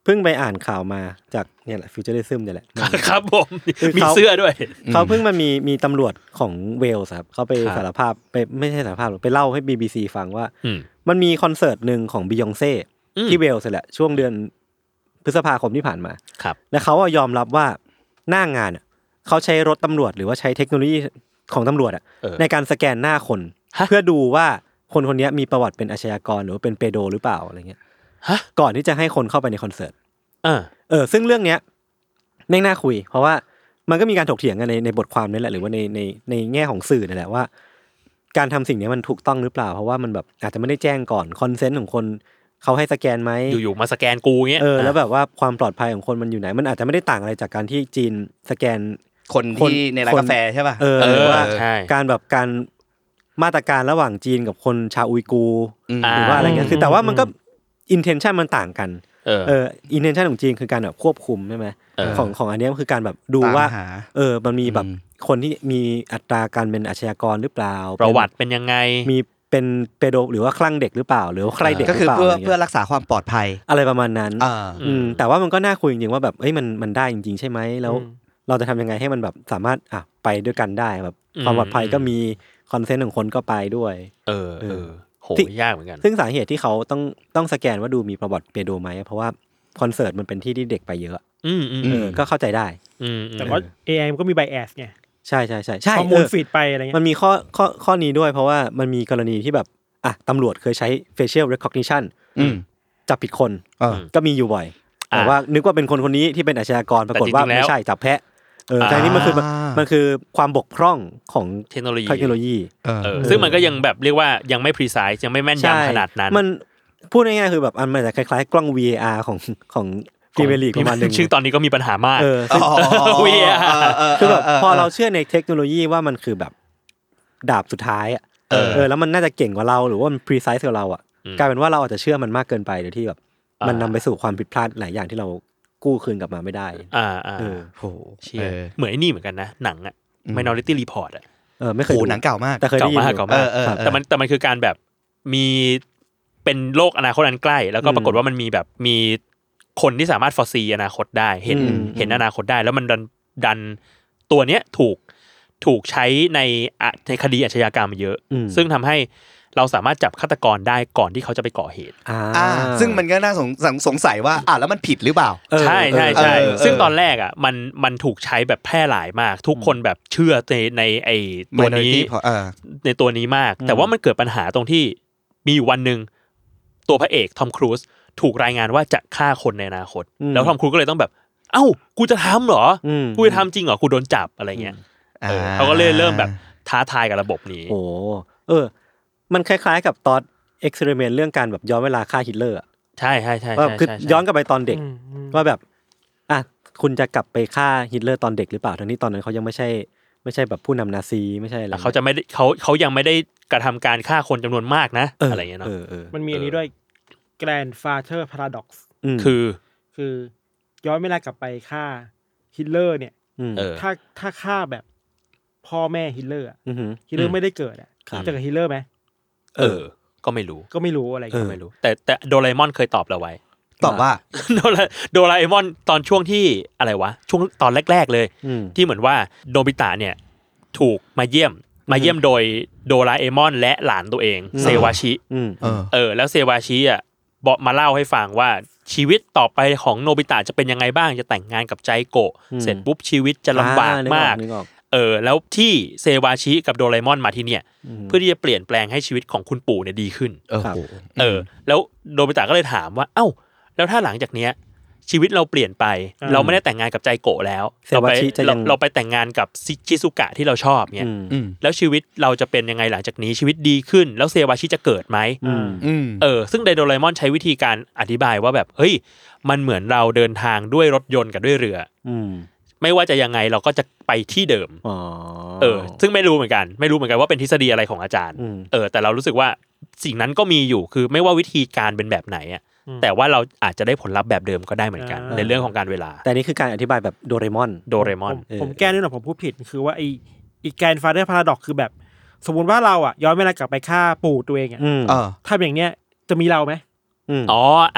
เพิ่งไปอ่านข่าวมาจากเนี่ยแหละฟิวเจอริซึมเนี่ยแหละครับผมมีเสื้อด้วยเขาเพิ่งมามีมีตำรวจของเวลส์ครับเขาไปสารภาพไปไม่ใช่สารภาพหรอกไปเล่าให้ บี บี ซี ฟังว่ามันมีคอนเสิร์ตนึงของบียองเซ่ที่เวลส์แหละช่วงเดือนพฤษภาคมที่ผ่านมาแล้วเขายอมรับว่าหน้างานเขาใช้รถตำรวจหรือว่าใช้เทคโนโลยีของตำรวจในการสแกนหน้าคนเพื่อดูว่าคนคนนี้มีประวัติเป็นอาชญากรหรือว่าเป็นเปโดหรือเปล่าอะไรเงี้ยก่อนที่จะให้คนเข้าไปในคอนเสิร์ตเออเออซึ่งเรื่องเนี้ยแม่งน่าคุยเพราะว่ามันก็มีการถกเถียงกันในในบทความนี่แหละหรือว่าในในในแง่ของสื่อนี่แหละว่าการทำสิ่งนี้มันถูกต้องหรือเปล่าเพราะว่ามันแบบอาจจะไม่ได้แจ้งก่อนคอนเซนต์ของคนเขาให้สแกนไหมอยู่ๆมาสแกนกูเงี้ยเออแล้วแบบว่าความปลอดภัยของคนมันอยู่ไหนมันอาจจะไม่ได้ต่างอะไรจากการที่จีนสแกนคนที่ในร้านกาแฟใช่ป่ะเออหรือว่าการแบบการมาตรการระหว่างจีนกับคนชาวอุยกูร์หรือว่าอะไรเงี้ยคือแต่ว่ามันก็intention มันต่างกันเออเออ intention ของจีนคือการแบบควบคุมใช่ไหมของของอันนี้ก็คือการแบบดูว่าเออมันมีแบบคนที่มีอัตราการเป็นอาชญากรหรือเปล่าประวัติเป็นยังไงมีเป็นเปโดหรือว่าคลั่งเด็กหรือเปล่าหรือว่าใครเด็กก็คือเพื่อเพื่อรักษาความปลอดภัยอะไรประมาณนั้นอืมแต่ว่ามันก็น่าคุยจริงๆว่าแบบเอ้ยมันมันได้จริงๆใช่ไหมแล้วเราจะทำยังไงให้มันแบบสามารถอ่ะไปด้วยกันได้แบบความปลอดภัยก็มีคอนเซนต์ของคนก็ไปด้วยเออเออโหยากเหมือนกันซึ่งสาเหตุที่เขาต้องต้องสแกนว่าดูมีประวัติเปโดไหมเพราะว่าคอนเสิร์ตมันเป็นที่ที่เด็กไปเยอะอืมเออก็เข้าใจได้แต่ว่า เอ ไอ มันก็มีไบแอสไงใช่ใช่ใช่ใช่ข้อมูลฟีดไปอะไรเงี้ยมันมีข้อข้อข้อนี้ด้วยเพราะว่ามันมีกรณีที่แบบอ่ะตำรวจเคยใช้ facial recognition จับผิดคนก็มีอยู่บ่อยแต่ว่านึกว่าเป็นคนคนนี้ที่เป็นอาชญากรปรากฏว่าไม่ใช่จับแพะเออแต่นี่มันคือมันคือความบกพร่องของเทคโนโลยีเทคโนโลยีเออซึ่งมันก็ยังแบบเรียกว่ายังไม่ precise ยังไม่แม่นยำขนาดนั้นมันพูดง่ายๆคือแบบมันจะคล้ายๆกล้อง วี เอ อาร์ ของของพรีเมียร์ลีกประมาณนึงซึ่งตอนนี้ก็มีปัญหามากวี เอ อาร์ คือแบบพอเราเชื่อในเทคโนโลยีว่ามันคือแบบดาบสุดท้ายอ่ะเออแล้วมันน่าจะเก่งกว่าเราหรือว่ามัน precise กว่าเราอ่ะกลายเป็นว่าเราอาจจะเชื่อมันมากเกินไปโดยที่แบบมันนำไปสู่ความผิดพลาดหลายอย่างที่เรากู้คืนกลับมาไม่ได้อ่าๆเออโหเชี่ยเหมือนไอ้นี่เหมือนกันนะหนังอ่ะ Minority Report อ่ะเออไม่เคยดูหนังเก่ามากแต่เคยได้ยินเก่ามากแต่มันแต่มันคือการแบบมีเป็นโลกอนาคตอันใกล้แล้วก็ปรากฏว่ามันมีแบบมีคนที่สามารถ foresee อนาคตได้เห็นเห็นอนาคตได้แล้วมันดันดันตัวเนี้ยถูกถูกใช้ในในคดีอาชญากรรมเยอะซึ่งทำให้เราสามารถจับฆาตกรได้ก่อนที่เขาจะไปก่อเหตุอ่าซึ่งมันก็น่าสงสงสัยว่าอ่ะแล้วมันผิดหรือเปล่าใช่ใช่ใช่ซึ่งตอนแรกอ่ะมันมันถูกใช้แบบแพร่หลายมากทุกคนแบบเชื่อในในไอ้ตัวนี้ในตัวนี้มากแต่ว่ามันเกิดปัญหาตรงที่มีอยู่วันนึงตัวพระเอกทอมครูซถูกรายงานว่าจะฆ่าคนในอนาคตแล้วทอมครูซก็เลยต้องแบบเอ้ากูจะทำเหรอกูจะทำจริงเหรอกูโดนจับอะไรเงี้ยเขาก็เลยเริ่มแบบท้าทายกับระบบนี้โอ้เออมันคล้ายๆกับตอนเอ็กซ์เพริเมนต์เรื่องการแบบย้อนเวลาฆ่าฮิตเลอร์อ่ะใช่ใช่ใช่ว่าคือย้อนกลับไปตอนเด็กว่าแบบอ่ะคุณจะกลับไปฆ่าฮิตเลอร์ตอนเด็กหรือเปล่าทั้งนี้ตอนนั้นเขายังไม่ใช่ไม่ใช่แบบผู้นำนาซีไม่ใช่อะไรเขาจะไม่ได้เขาเขายังไม่ได้กระทำการฆ่าคนจำนวนมากนะอะไรเงี้ยเนาะมันมีอันนี้ด้วย grandfather paradox คือคือย้อนเวลากลับไปฆ่าฮิตเลอร์เนี่ยถ้าถ้าฆ่าแบบพ่อแม่ฮิตเลอร์ฮิตเลอร์ไม่ได้เกิดอ่ะจะเกิดฮิตเลอร์ไหมเออก็ไม่รู้ก็ไม่รู้อะไรก็ไม่รู้แต่แต่โดราเอมอนเคยตอบเราไว้ตอบว่าโดราโดราเอมอนตอนช่วงที่อะไรวะช่วงตอนแรกๆเลยที่เหมือนว่าโนบิตะเนี่ยถูกมาเยี่ยมมาเยี่ยมโดยโดราเอมอนและหลานตัวเองเซวาชิเออแล้วเซวาชิอ่ะบอกมาเล่าให้ฟังว่าชีวิตต่อไปของโนบิตะจะเป็นยังไงบ้างจะแต่งงานกับไจโกะเสร็จปุ๊บชีวิตจะลำบากมากเออแล้วที่เซวาชิกับโดราเอมอนมาที่เนี่ยเพื่อที่จะเปลี่ยนแปลงให้ชีวิตของคุณปู่เนี่ยดีขึ้นเออเออแล้วโนบิตะก็เลยถามว่าเอ้าแล้วถ้าหลังจากเนี้ยชีวิตเราเปลี่ยนไปเราไม่ได้แต่งงานกับไจโกะแล้วเราไปเราไปแต่งงานกับชิซุกะที่เราชอบเนี่ยแล้วชีวิตเราจะเป็นยังไงหลังจากนี้ชีวิตดีขึ้นแล้วเซวาชิจะเกิดไหมเออซึ่งโดราเอมอนใช้วิธีการอธิบายว่าแบบเฮ้ยมันเหมือนเราเดินทางด้วยรถยนต์กับด้วยเรือไม่ว่าจะยังไงเราก็จะไปที่เดิมเออซึ่งไม่รู้เหมือนกันไม่รู้เหมือนกันว่าเป็นทฤษฎีอะไรของอาจารย์เออแต่เรารู้สึกว่าสิ่งนั้นก็มีอยู่คือไม่ว่าวิธีการเป็นแบบไหนอ่ะแต่ว่าเราอาจจะได้ผลลัพธ์แบบเดิมก็ได้เหมือนกันในเรื่องของการเวลาแต่นี่คือการอธิบายแบบโดราเอมอนโดราเอมอนผมแก้นิดหน่อยผมพูดผิดคือว่าไอ้อีกแกนฟาเธอร์พาราดอกคือแบบสมมุติว่าเราอ่ะย้อนเวลากลับไปฆ่าปู่ตัวเองอ่ะทำอย่างเนี้ยจะมีเราไหมอ๋ออ่ะ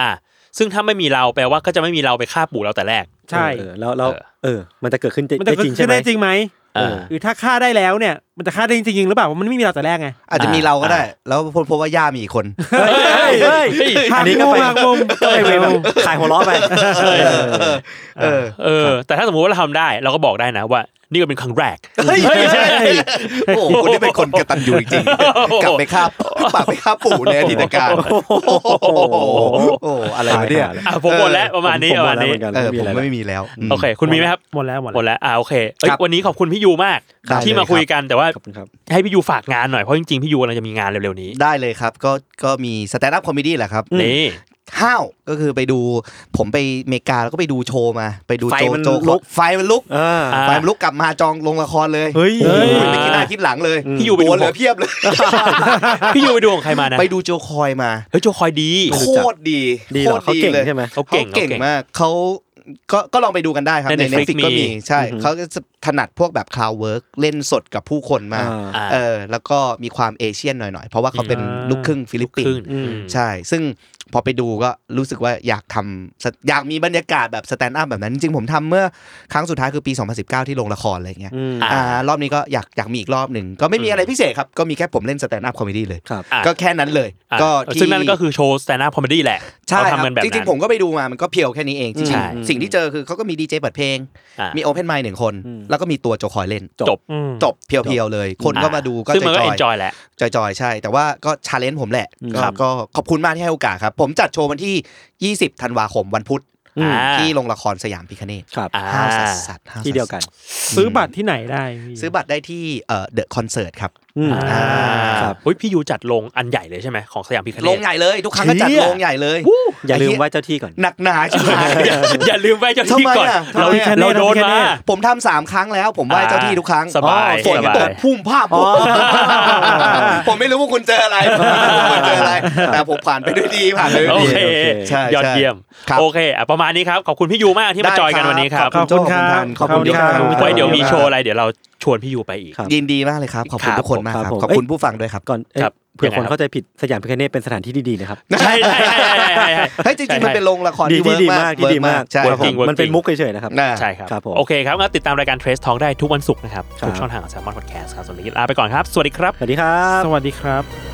ซึ่งถ้าไม่มีเราแปลว่าก็จะไม่มีเราไปฆ่าปู่เราแต่แรกใช่แล้วแล้วเออมันจะเกิดขึ้นได้จริงใช่ไหมได้จริงไหมหรือถ้าฆ่าได้แล้วเนี่ยมันจะฆ่าได้จริงๆหรือเปล่ามันไม่มีเราแต่แรกไงอาจจะมีเราก็ได้แล้วพบว่าย่ามีอีกคนอันนี้ก็ไปขายหัวล้อไปเออเออแต่ถ้าสมมติว่าเราทำได้เราก็บอกได้นะว่านี่ก็เป็นครั้งแรกใช่โอ้คนที่เป็นคนกตัญญูจริงๆกลับไปฆ่าปากไปฆ่าปู่ในอดีตการโอ้อะไรวะเนี่ยผมหมดแล้วประมาณนี้ประมาณนี้ผมไม่มีแล้วโอเคคุณมีไหมครับหมดแล้วหมดหมดแล้วอ่าโอเควันนี้ขอบคุณพี่ยูมากที่มาคุยกันแต่ว่าให้พี่ยูฝากงานหน่อยเพราะจริงๆพี่ยูกำลังจะมีงานเร็วๆนี้ได้เลยครับก็ก็มีสแตนด์อัพคอมเมดี้แหละครับนี่ห้าวก็คือไปดูผมไปอเมริกาแล้วก็ไปดูโชว์มาไปดูโจโจไฟมันลุกไฟมันลุกกลับมาจองลงละครเลยเฮ้ยไม่คิดหน้าคิดหลังเลยพี่ยูไปดูเหลือเพียบเลยพี่ยูไปดูของใครมานะไปดูโจคอยมาเฮ้ยโจคอยดีโคตรดีดีเหรอเขาเก่งใช่ไหมเขาเก่งเก่งมากเขาก็ก็ลองไปดูกันได้ครับใน Netflix ก็มีใช่เขาจะถนัดพวกแบบคลาวด์เวิร์กเล่นสดกับผู้คนมากเออแล้วก็มีความเอเชียนหน่อยๆเพราะว่าเขาเป็นลูกครึ่งฟิลิปปินส์ใช่ซึ่งพอไปดูก็รู้สึกว่าอยากทำอยากมีบรรยากาศแบบสแตนด์อัพแบบนั้นจริงๆผมทำเมื่อครั้งสุดท้ายคือปีสองพันสิบเก้าที่โรงละครอะไรเงี้ยอ่ารอบนี้ก็อยากอยากมีอีกรอบหนึ่งก็ไม่มีอะไรพิเศษครับก็มีแค่ผมเล่นสแตนด์อัพคอมเมดี้เลยก็แค่นั้นเลยก็ซึ่งนั่นก็คือโชว์สแตนด์อัพคอมเมดี้แหละใช่ครับจริงๆผมก็ไปดูมามันก็เพียวแค่นี้เองจริงๆสิ่งที่เจอคือเขาก็มีดีเจเปิดเพลงมีโอเพนไมค์หนึ่งคนแล้วก็มีตัวโจคอยเล่นจบจบเพียวๆเลยคนก็มาดูก็จอยๆแหละจอยๆใช่แต่ว่าก็ชาเลนจ์ผมแหละก็ขอบคุณมากที่ให้โอกาสครับผมจัดโชว์วันที่ยี่สิบธันวาคมวันพุธที่โรงละครสยามพิคเนตห้าวสัตว์ที่เดียวกันซื้อบัตรที่ไหนได้ซื้อบัตรได้ที่เอ่อเดอะคอนเสิร์ตครับอ่าครับเฮ้ยพี่ยูจัดโรงอันใหญ่เลยใช่ไหมของสยามพิคเนตโรงใหญ่เลยทุกครั้งก็จัดโรงใหญ่เลยอย่าลืมไหว้เจ้าที่ก่อนหนักหนาใช่ไหมอย่าลืมไหว้เจ้าที่ก่อนเราเราโดนมาผมทำสามครั้งแล้วผมไหว้เจ้าที่ทุกครั้งสบายฝนตกพุ่มภาพผมไม่รู้ว่าคุณเจออะไรคุณเจออะไรแต่ผมผ่านไปด้วยดีผ่านไปด้วยดียอดเยี่ยมโอเคอ่ะประมาณนี้ครับขอบคุณพี่ยูมากที่มาจอยกันวันนี้ครับขอบคุณครับขอบคุณครับไว้เดี๋ยวมีโชว์อะไรเดี๋ยวเราชวนพี่ยูไปอีกยินดีมากเลยครับขอบคุณทุกคนมากครับขอบคุณผู้ฟังด้วยครับก่อนเผื่อคนเข้าใจผิดสยามพิคเนตเป็นสถานที่ดีๆนะครับใช่ใช่ใช่เฮ้ยจริงๆมันเป็นโรงละครที่ดีมากที่ดีมากใช่มันเป็นมุกเฉยๆนะครับใช่ครับโอเคครับงั้นติดตามรายการ Trace Talk ได้ทุกวันศุกร์นะครับทุกช่องทางของ Salmon Podcast ครับสวัสดีลาไปก่อนครับสวัสดีครับสวัสดีครับสวัสดีครับ